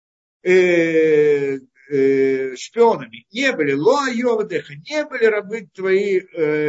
Шпионами. Не были. Ло айо абадеха. Не были рабы твои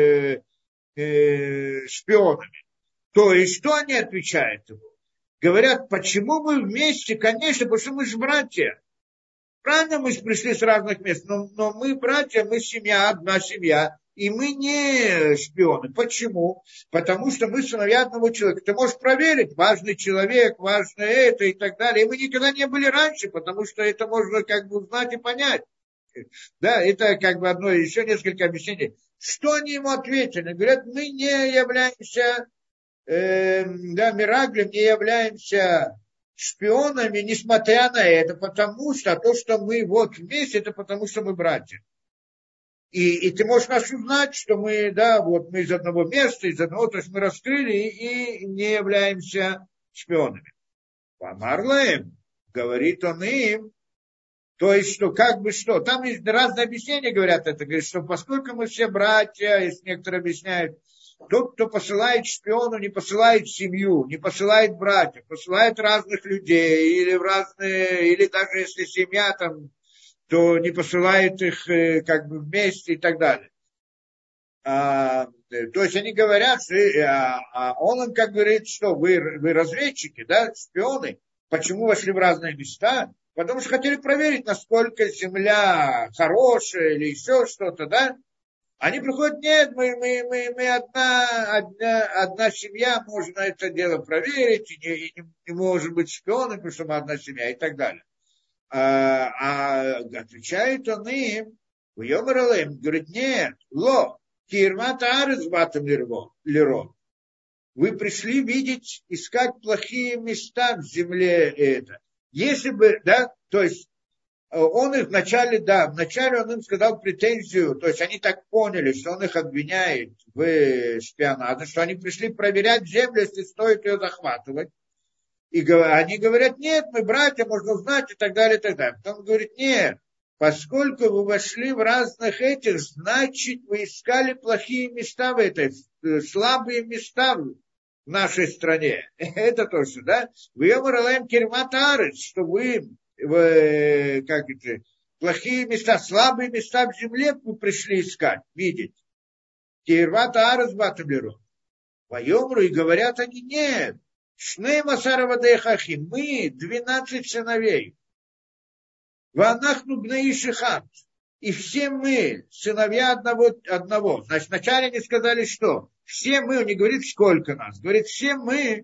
шпионами. То есть, что они отвечают ему? Говорят, почему мы вместе? Конечно, потому что мы же братья. Правильно, мы пришли с разных мест, но мы братья, мы семья, одна семья, и мы не шпионы. Почему? Потому что мы сыновья одного человека. Ты можешь проверить, важный человек, важно это и так далее. И мы никогда не были раньше, потому что это можно как бы узнать и понять. Да, это как бы одно, еще несколько объяснений. Что они ему ответили? Говорят, мы не являемся... да, Мираглем не являемся шпионами, несмотря на это, потому что то, что мы вот вместе, это потому что мы братья. И ты можешь нас узнать, что мы, да, вот мы из одного места, из одного, то есть мы раскрыли и не являемся шпионами. Помарлаем, говорит он им, то есть, что как бы что, там есть разные объяснения, говорят это, говорят, что поскольку мы все братья, если некоторые объясняют, тот, кто посылает шпиону, не посылает семью, не посылает братьев, посылает разных людей, или в разные, или даже если семья там, то не посылает их как бы вместе и так далее. То есть они говорят, он им как говорит, что вы разведчики, да, шпионы, почему вошли в разные места? Потому что хотели проверить, насколько земля хорошая или еще что-то, да? Они приходят, нет, мы одна семья, можно это дело проверить, и не может быть шпионом, потому что мы одна семья, и так далее. Отвечает он им, говорит, нет, кирмата арес батам лиро. Вы пришли видеть, искать плохие места в земле это. Если бы, да, то есть, он их вначале он им сказал претензию, то есть они так поняли, что он их обвиняет в шпионаже, что они пришли проверять землю, если стоит ее захватывать. И они говорят, нет, мы братья, можно узнать и так далее, и так далее. Потом он говорит, нет, поскольку вы вошли в разных этих, значит, вы искали плохие места в этой, слабые места в нашей стране. Это точно, да? Вы омарлаем кирматарец, что вы как это, плохие места, слабые места в земле вы пришли искать, видеть. Кирвата аразбатаблеру. Вайомру, и говорят они, нет, шней масаравадехахи, мы 12 сыновей. Ванахну бнеи шихат. И все мы сыновья одного. Значит, вначале они сказали, что все мы, он не говорит, сколько нас, говорит, все мы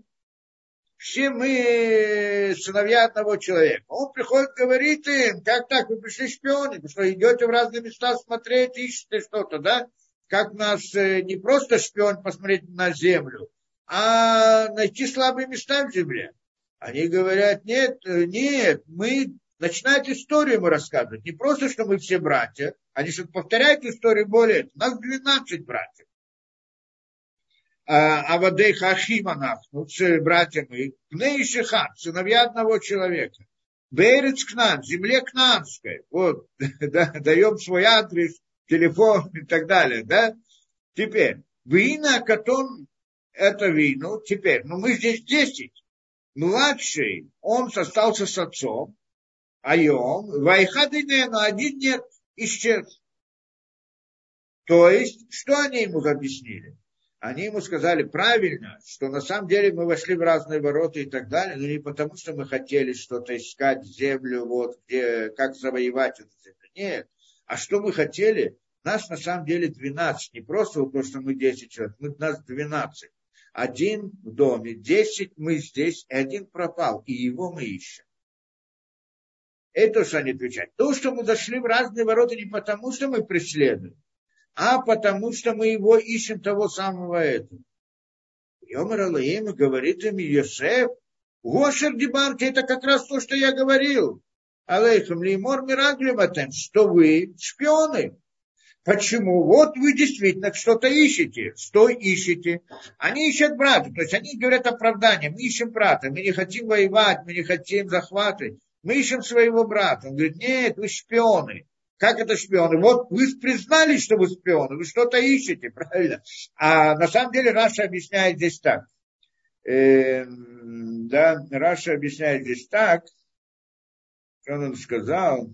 сыновья одного человека. Он приходит, говорит им, как так, вы пришли шпионы, потому что идете в разные места смотреть, ищете что-то, да? Как нас не просто шпион посмотреть на землю, а найти слабые места в земле. Они говорят, нет, мы начинают историю ему рассказывать. Не просто, что мы все братья, они что повторяют историю более. У нас 12 братьев. Авадейха Ахиманах, братья мы, Пней Шихат, сыновья одного человека. Берец Кнан, земле Кнанской. Вот, да, даем свой адрес, телефон и так далее, да. Теперь, вина, которым это вину, теперь, мы здесь 10. Младший, он остался с отцом, Айом, Вайхадинену, один нет, исчез. То есть, что они ему объяснили? Они ему сказали правильно, что на самом деле мы вошли в разные ворота и так далее, но не потому, что мы хотели что-то искать, землю, вот, где, как завоевать эту землю. Нет. А что мы хотели? Нас на самом деле 12, не просто вот то, что мы 10 человек, нас 12. Один в доме, 10 мы здесь, и один пропал, и его мы ищем. Это что они отвечают. То, что мы зашли в разные ворота не потому, что мы преследуем, а потому, что мы его ищем, того самого этого. Йомар Аллаим говорит им Йосеф, Гошер Дибанки, это как раз то, что я говорил. Алейхам леймор мираглиматен, что вы шпионы. Почему? Вот вы действительно что-то ищете. Что ищете? Они ищут брата. То есть они говорят оправдание. Мы ищем брата. Мы не хотим воевать, мы не хотим захватывать. Мы ищем своего брата. Он говорит, нет, вы шпионы. Как это шпионы? Вот вы признались, что вы шпионы. Вы что-то ищете, правильно? А на самом деле Раша объясняет здесь так. Да, Раша объясняет здесь так. Что он сказал?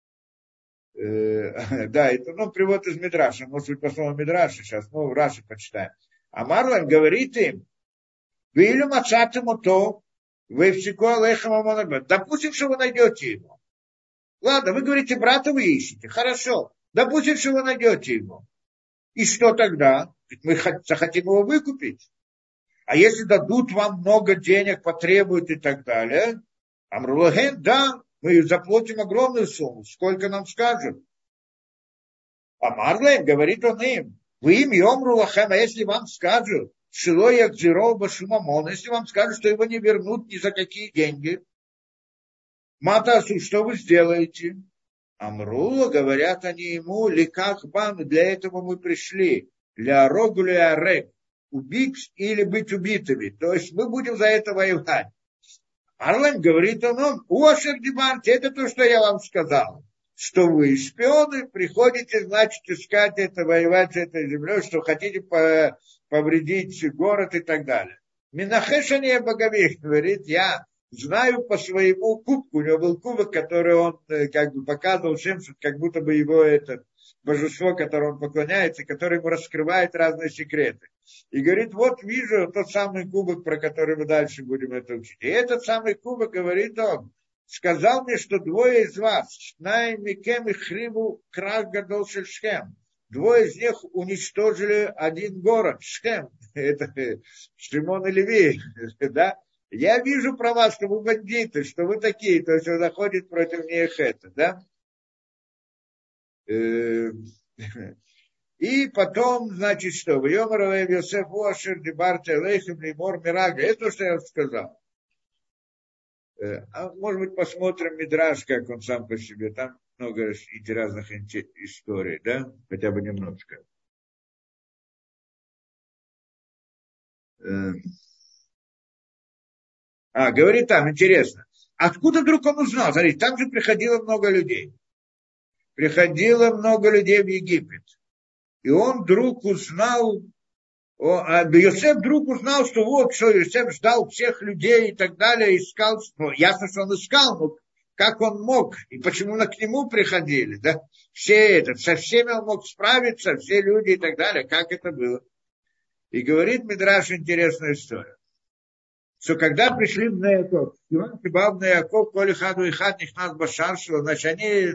Да, это привод из Мидраша, может быть, по слову Мидраша сейчас, в Раши почитаем. А Марлан говорит им, вы или мацатому то, вы всеко алейхам амонабет. Допустим, что вы найдете его. Ладно, вы говорите, брата вы ищете, хорошо. Допустим, что вы найдете его. И что тогда? Ведь мы захотим его выкупить. А если дадут вам много денег, потребуют и так далее, Амрулаген, да, мы заплатим огромную сумму, сколько нам скажут. А Марлен, говорит он им, вы им Йомрулахем, а если вам скажут, Шило Ягзиров Башумамон, если вам скажут, что его не вернут ни за какие деньги, Матасу, что вы сделаете? Амрула, говорят они ему, ликах бам, для этого мы пришли, для рогуля рек, убить или быть убитыми, то есть мы будем за это воевать. Арлем говорит он, Уашер Дибанте, это то, что я вам сказал, что вы шпионы, приходите, значит, искать это, воевать с этой землей, что хотите повредить город и так далее. Минахешания Боговик говорит, я знаю по своему кубку, у него был кубок, который он как бы показывал всем, как будто бы его это божество, которому он поклоняется, которое ему раскрывает разные секреты. И говорит, вот вижу тот самый кубок, про который мы дальше будем это учить. И этот самый кубок, говорит он, сказал мне, что двое из вас, Шнай Микем и Хриву Крах Гадол Шхем, двое из них уничтожили один город, Шхем, это Шимон и Леви, да? Я вижу про вас, что вы бандиты, что вы такие, то есть он заходит против них это, да? И потом, значит, что? В Йомарове Йосеф Уашер Дибарте Лейхем Леймор Мирага. Это то, что я сказал. А может быть, посмотрим Мидраш, как он сам по себе. Там много разных историй, да? Хотя бы немножко. Говорит там, интересно. Откуда вдруг он узнал? Смотрите, там же приходило много людей. Приходило много людей в Египет. И он вдруг узнал, Йосеф вдруг узнал, что вот, что Йосеф ждал всех людей и так далее, искал, ясно, что он искал, но как он мог, и почему к нему приходили, да, со всеми он мог справиться, все люди и так далее, как это было. И говорит Мидраш интересную историю, что когда пришли в Яков, Иван Кибаб на Яков, коли хаду и хат нихнат башаршего, значит, они,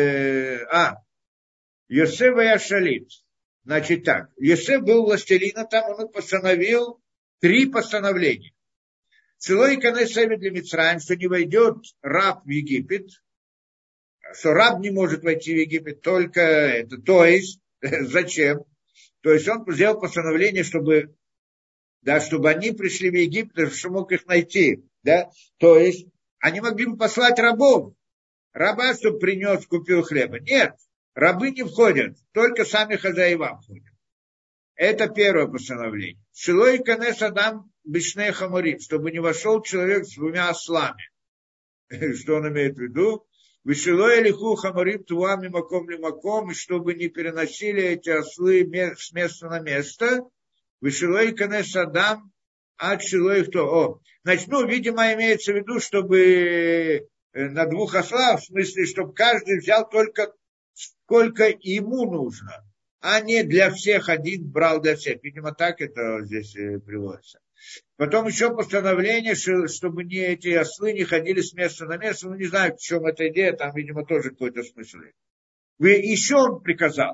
Йосеф и Ашалит. Значит так, Йосеф был властелином, там он постановил 3 постановления. Целой конесевит для Мицраим, что не войдет раб в Египет, что раб не может войти в Египет, только это, то есть, зачем? То есть он сделал постановление, чтобы они пришли в Египет, чтобы мог их найти, да, то есть они могли бы послать рабов, раба, чтобы принес, купил хлеба. Нет. Рабы не входят, только сами хозяева входят. Это первое постановление. Шилой канес адам бишней хамурим, чтобы не вошел человек с 2 ослами. Что он имеет в виду? Вишилой лиху хамурим туами маком ли маком, и чтобы не переносили эти ослы с места на место. Вишилой канес адам от шилой кто. Значит, видимо, имеется в виду, чтобы на 2 ослах, в смысле, чтобы каждый взял только сколько ему нужно, а не для всех один брал для всех. Видимо, так это здесь приводится. Потом еще постановление, чтобы эти ослы не ходили с места на место. Не знаю, в чем эта идея, там, видимо, тоже какой-то смысл. Еще он приказал,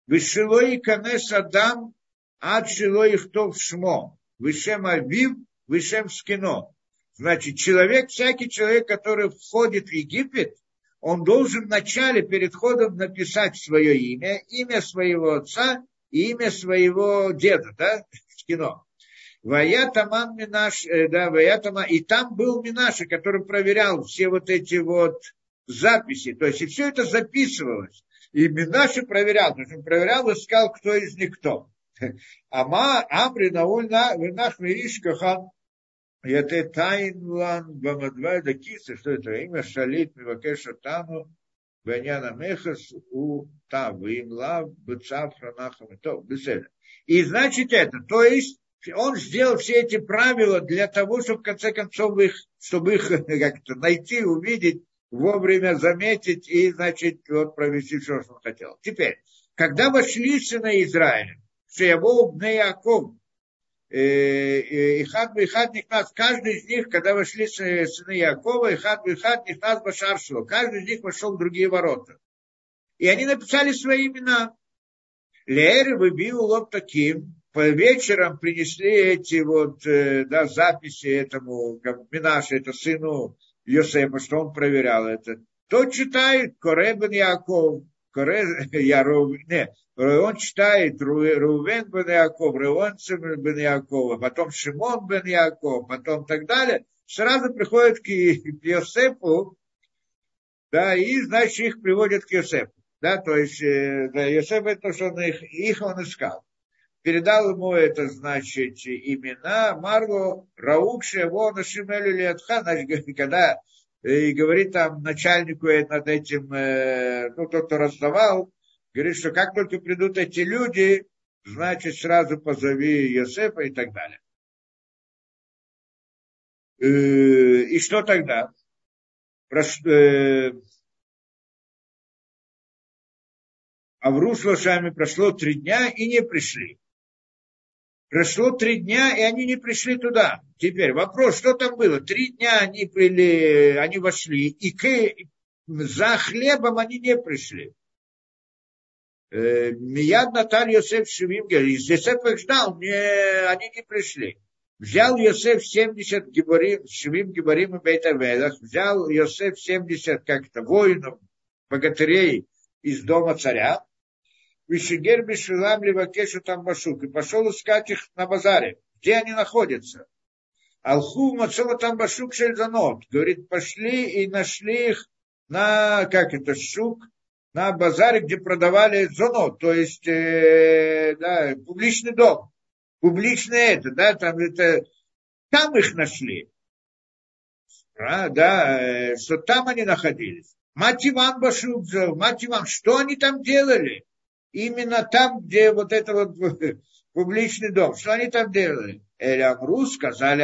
Вышилой канес Адам, ад шилой ихтов шмо. Вышем авив, вышем скино. Значит, всякий человек, который входит в Египет, он должен вначале перед входом написать свое имя своего отца и имя своего деда, да, скино. Ваятаман Минаш, да, Ваятама, и там был Минаша, который проверял все вот эти вот записи, то есть и все это записывалось. И Минаша проверял, то есть он проверял, искал, кто из них кто. Амри наульна винах мириш кахан. Это Тайнлан Бамадвай Дакиса, что это имя Шалит Мивакеша Тану Баняна Мехас у Тавимла Бцав Ранахам то Беселя. И значит это, то есть он сделал все эти правила для того, чтобы в конце концов чтобы их как-то найти, увидеть, вовремя заметить и, значит, вот провести все, что он хотел. Теперь, когда вошли сыны Израиля, Шеявоу Бне Яков, Ихад Бихад Нихнас, каждый из них, когда вошли сыны Якова, Ихад Бихад Нихнас Башаршило, каждый из них вошел в другие ворота. И они написали свои имена. Леэр выбил лоб таким, по вечерам принесли эти вот записи этому Минаше, это сыну Йосефа, что он проверял это. Тот читает Коре бен Яков, он читает Рувен бен Яков, Ревонцем бен Якова, потом Шимон бен Яков, потом так далее. Сразу приходит к Йосефу, да, и, значит, их приводят к Йосефу. Да, то есть, да, Йосеф это то, что он искал. Передал ему это, значит, имена Марло, Раукше, Вона, Шимелю, Лиатха, значит, когда и говорит там начальнику над этим, тот, кто раздавал, говорит, что как только придут эти люди, значит, сразу позови Йосефа и так далее. И что тогда? Авру с лошами прошло 3 дня и не пришли. Прошло 3 дня, и они не пришли туда. Теперь вопрос, что там было? 3 дня они вошли, и за хлебом они не пришли. Мияд Наталь Йосеф Шивим, Йосеф их ждал, они не пришли. Взял Йосеф 70 гибарим, Шивим гибарим и Бейтаведах, взял Йосеф 70 как-то воинов, богатырей из дома царя, Вишигер Бешилам Ливакешу там Башук, и пошел искать их на базаре, где они находятся. Алху Мацова там Башук Шельзанот, говорит, пошли и нашли их на, шук, на базаре, где продавали зонот, то есть, публичный дом, публичное там их нашли. Что там они находились. Мать Иван Башук, что они там делали? Именно там, где вот это вот публичный дом. Что они там делали? Элямру сказали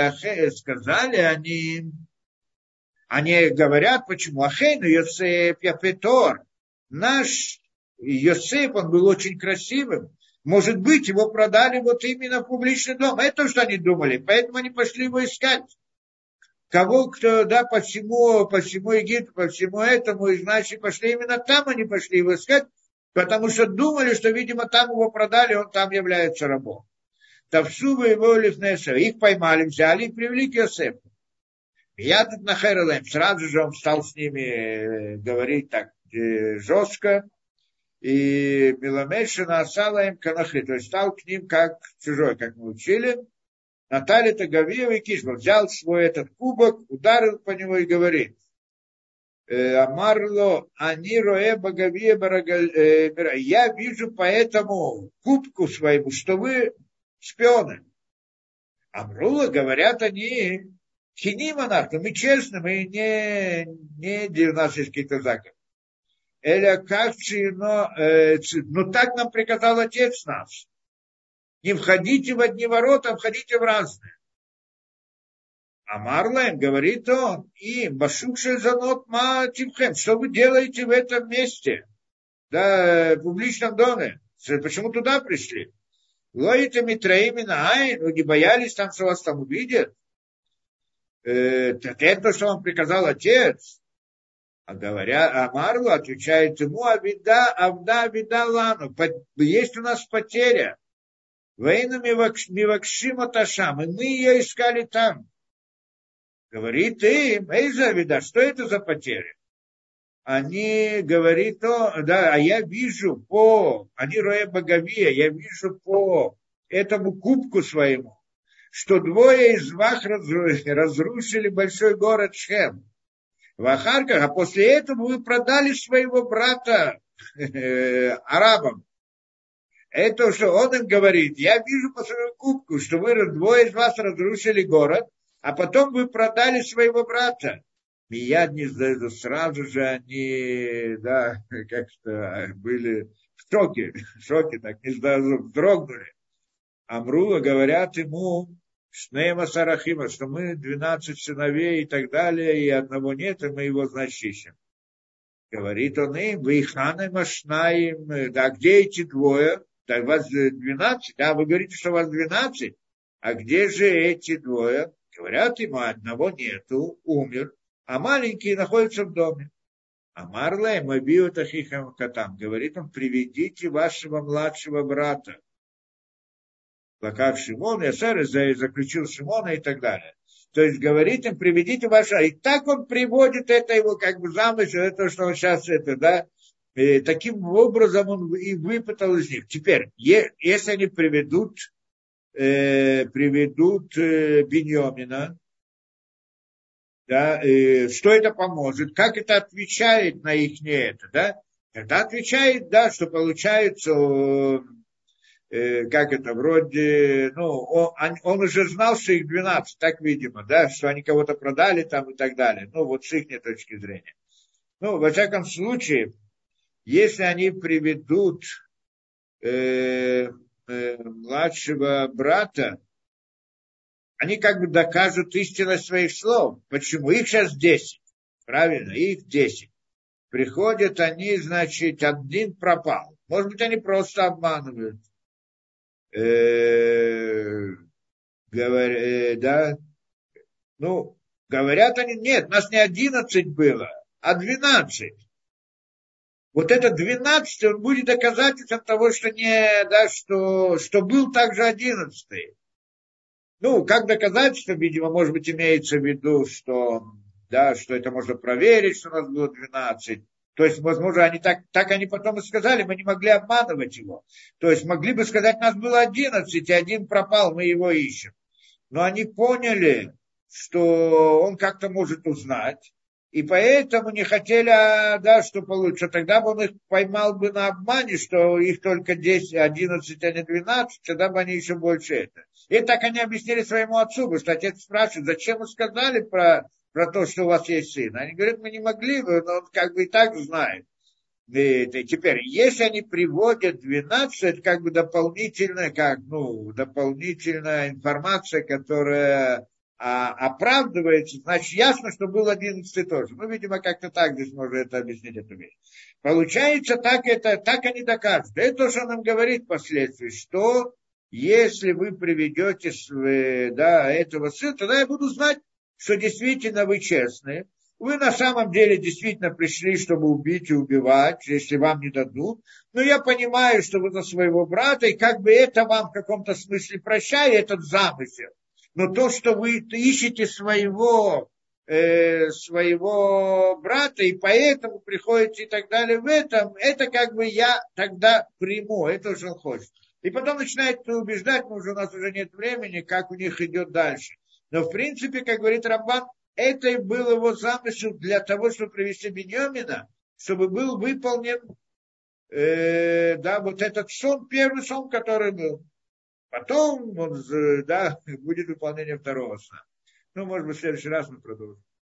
они говорят, почему? Ахейну Йосеф Яфетор. Наш Йосеф, он был очень красивым. Может быть, его продали вот именно в публичный дом. Это что они думали. Поэтому они пошли его искать. Кто, по всему Египту, по всему этому, и значит, пошли именно там, они пошли его искать. Потому что думали, что, видимо, там его продали, он там является рабом. Тавсува его лифнеса. Их поймали, взяли и привели к Йосефу. Я тут на Херелем. Сразу же он стал с ними говорить так жестко. И Миламейшина Асала им Канахри. То есть стал к ним как чужой, как мы учили. Наталья Тагавиева и Кишба взял свой этот кубок, ударил по нему и говорит. Амарло, они роэ багавия барагаль. Я вижу по этому кубку своему, что вы шпионы. Амрула, говорят они, хиниманах, мы честны, мы не у нас есть какие-то заговоры. Эля кавчи, но так нам приказал отец наш. Не входите в одни ворота, а входите в разные. Амарлаем, говорит он, и Башук Шельзанот Ма Тимхем, что вы делаете в этом месте, в публичном доме? Почему туда пришли? Лоите Митраимина Айн, вы не боялись там, что вас там увидят? Так это, что вам приказал отец. А говоря, Амарлу отвечает ему, авда лану. Есть у нас потеря. Вейна мивакшима ташам. И мы ее искали там. Говорит им, эйза вида, что это за потеря? Они говорит, да, а я вижу они роя боговия, я вижу по этому кубку своему, что двое из вас разрушили большой город Шхем. В Ахарках, а после этого вы продали своего брата арабам. Это что он им говорит, я вижу по своему кубку, что двое из вас разрушили город, а потом вы продали своего брата. Мияд не сдают, сразу же они, да, как-то были в шоке, так не сдают, вздрогнули. Амрула говорят ему, Шнейма Сарахима, что мы 12 сыновей и так далее, и одного нет, и мы его, значит, ищем. Говорит он им, вы ханы машнаем, да где эти двое? Да у вас 12, да, вы говорите, что у вас 12, а где же эти двое? Говорят ему, одного нету, умер, а маленькие находятся в доме. Амарлай, мобиют ахихам катам. Говорит он, приведите вашего младшего брата. Плакав Шимон, Ясар заключил Шимона и так далее. То есть говорит им, приведите вашего. И так он приводит это его как бы замысел, это что он сейчас это, да. И таким образом он и выпытал из них. Теперь, если они приведут Биньомина, да, что это поможет, как это отвечает на их не это, да? Это отвечает, да, что получается, как это, вроде, ну, он уже знал, что их 12, так видимо, да, что они кого-то продали там и так далее, ну, вот с их точки зрения. Ну, во всяком случае, если они приведут младшего брата, они как бы докажут истинность своих слов. Почему? Их сейчас 10. Правильно? Их 10. Приходят они, значит, один пропал. Может быть, они просто обманывают. Да. Ну, говорят они, нет, нас не 11 было, а 12. Вот это 12, он будет доказательством того, что что был также 11. Ну, как доказательство, видимо, может быть, имеется в виду, что это можно проверить, что у нас было 12. То есть, возможно, они так они потом и сказали, мы не могли обманывать его. То есть, могли бы сказать, нас было 11, и один пропал, мы его ищем. Но они поняли, что он как-то может узнать, и поэтому не хотели, что получше. Тогда бы он их поймал бы на обмане, что их только 10, 11, а не 12, тогда бы они еще больше это. И так они объяснили своему отцу, потому что отец спрашивает, зачем вы сказали про то, что у вас есть сын. Они говорят, мы не могли бы, но он как бы и так знает. И теперь, если они приводят 12, это как бы дополнительная информация, которая оправдывается, значит, ясно, что был 11 тоже. Ну, видимо, как-то так здесь можно это объяснить, эту вещь. Получается, так они докажут. Это то, что он нам говорит впоследствии, что если вы приведете этого сына, тогда я буду знать, что действительно вы честные. Вы на самом деле действительно пришли, чтобы убить и убивать, если вам не дадут. Но я понимаю, что вы за своего брата, и как бы это вам в каком-то смысле прощает этот замысел. Но то, что вы ищете своего брата, и поэтому приходите и так далее в этом, это как бы я тогда приму, это уже он хочет. И потом начинает убеждать, но уже у нас уже нет времени, как у них идет дальше. Но в принципе, как говорит Рамбан, это и был его замысел для того, чтобы привести Биньомина, чтобы был выполнен вот этот сон, первый сон, который был. Потом будет выполнение второго сна. Ну, может быть, в следующий раз мы продолжим.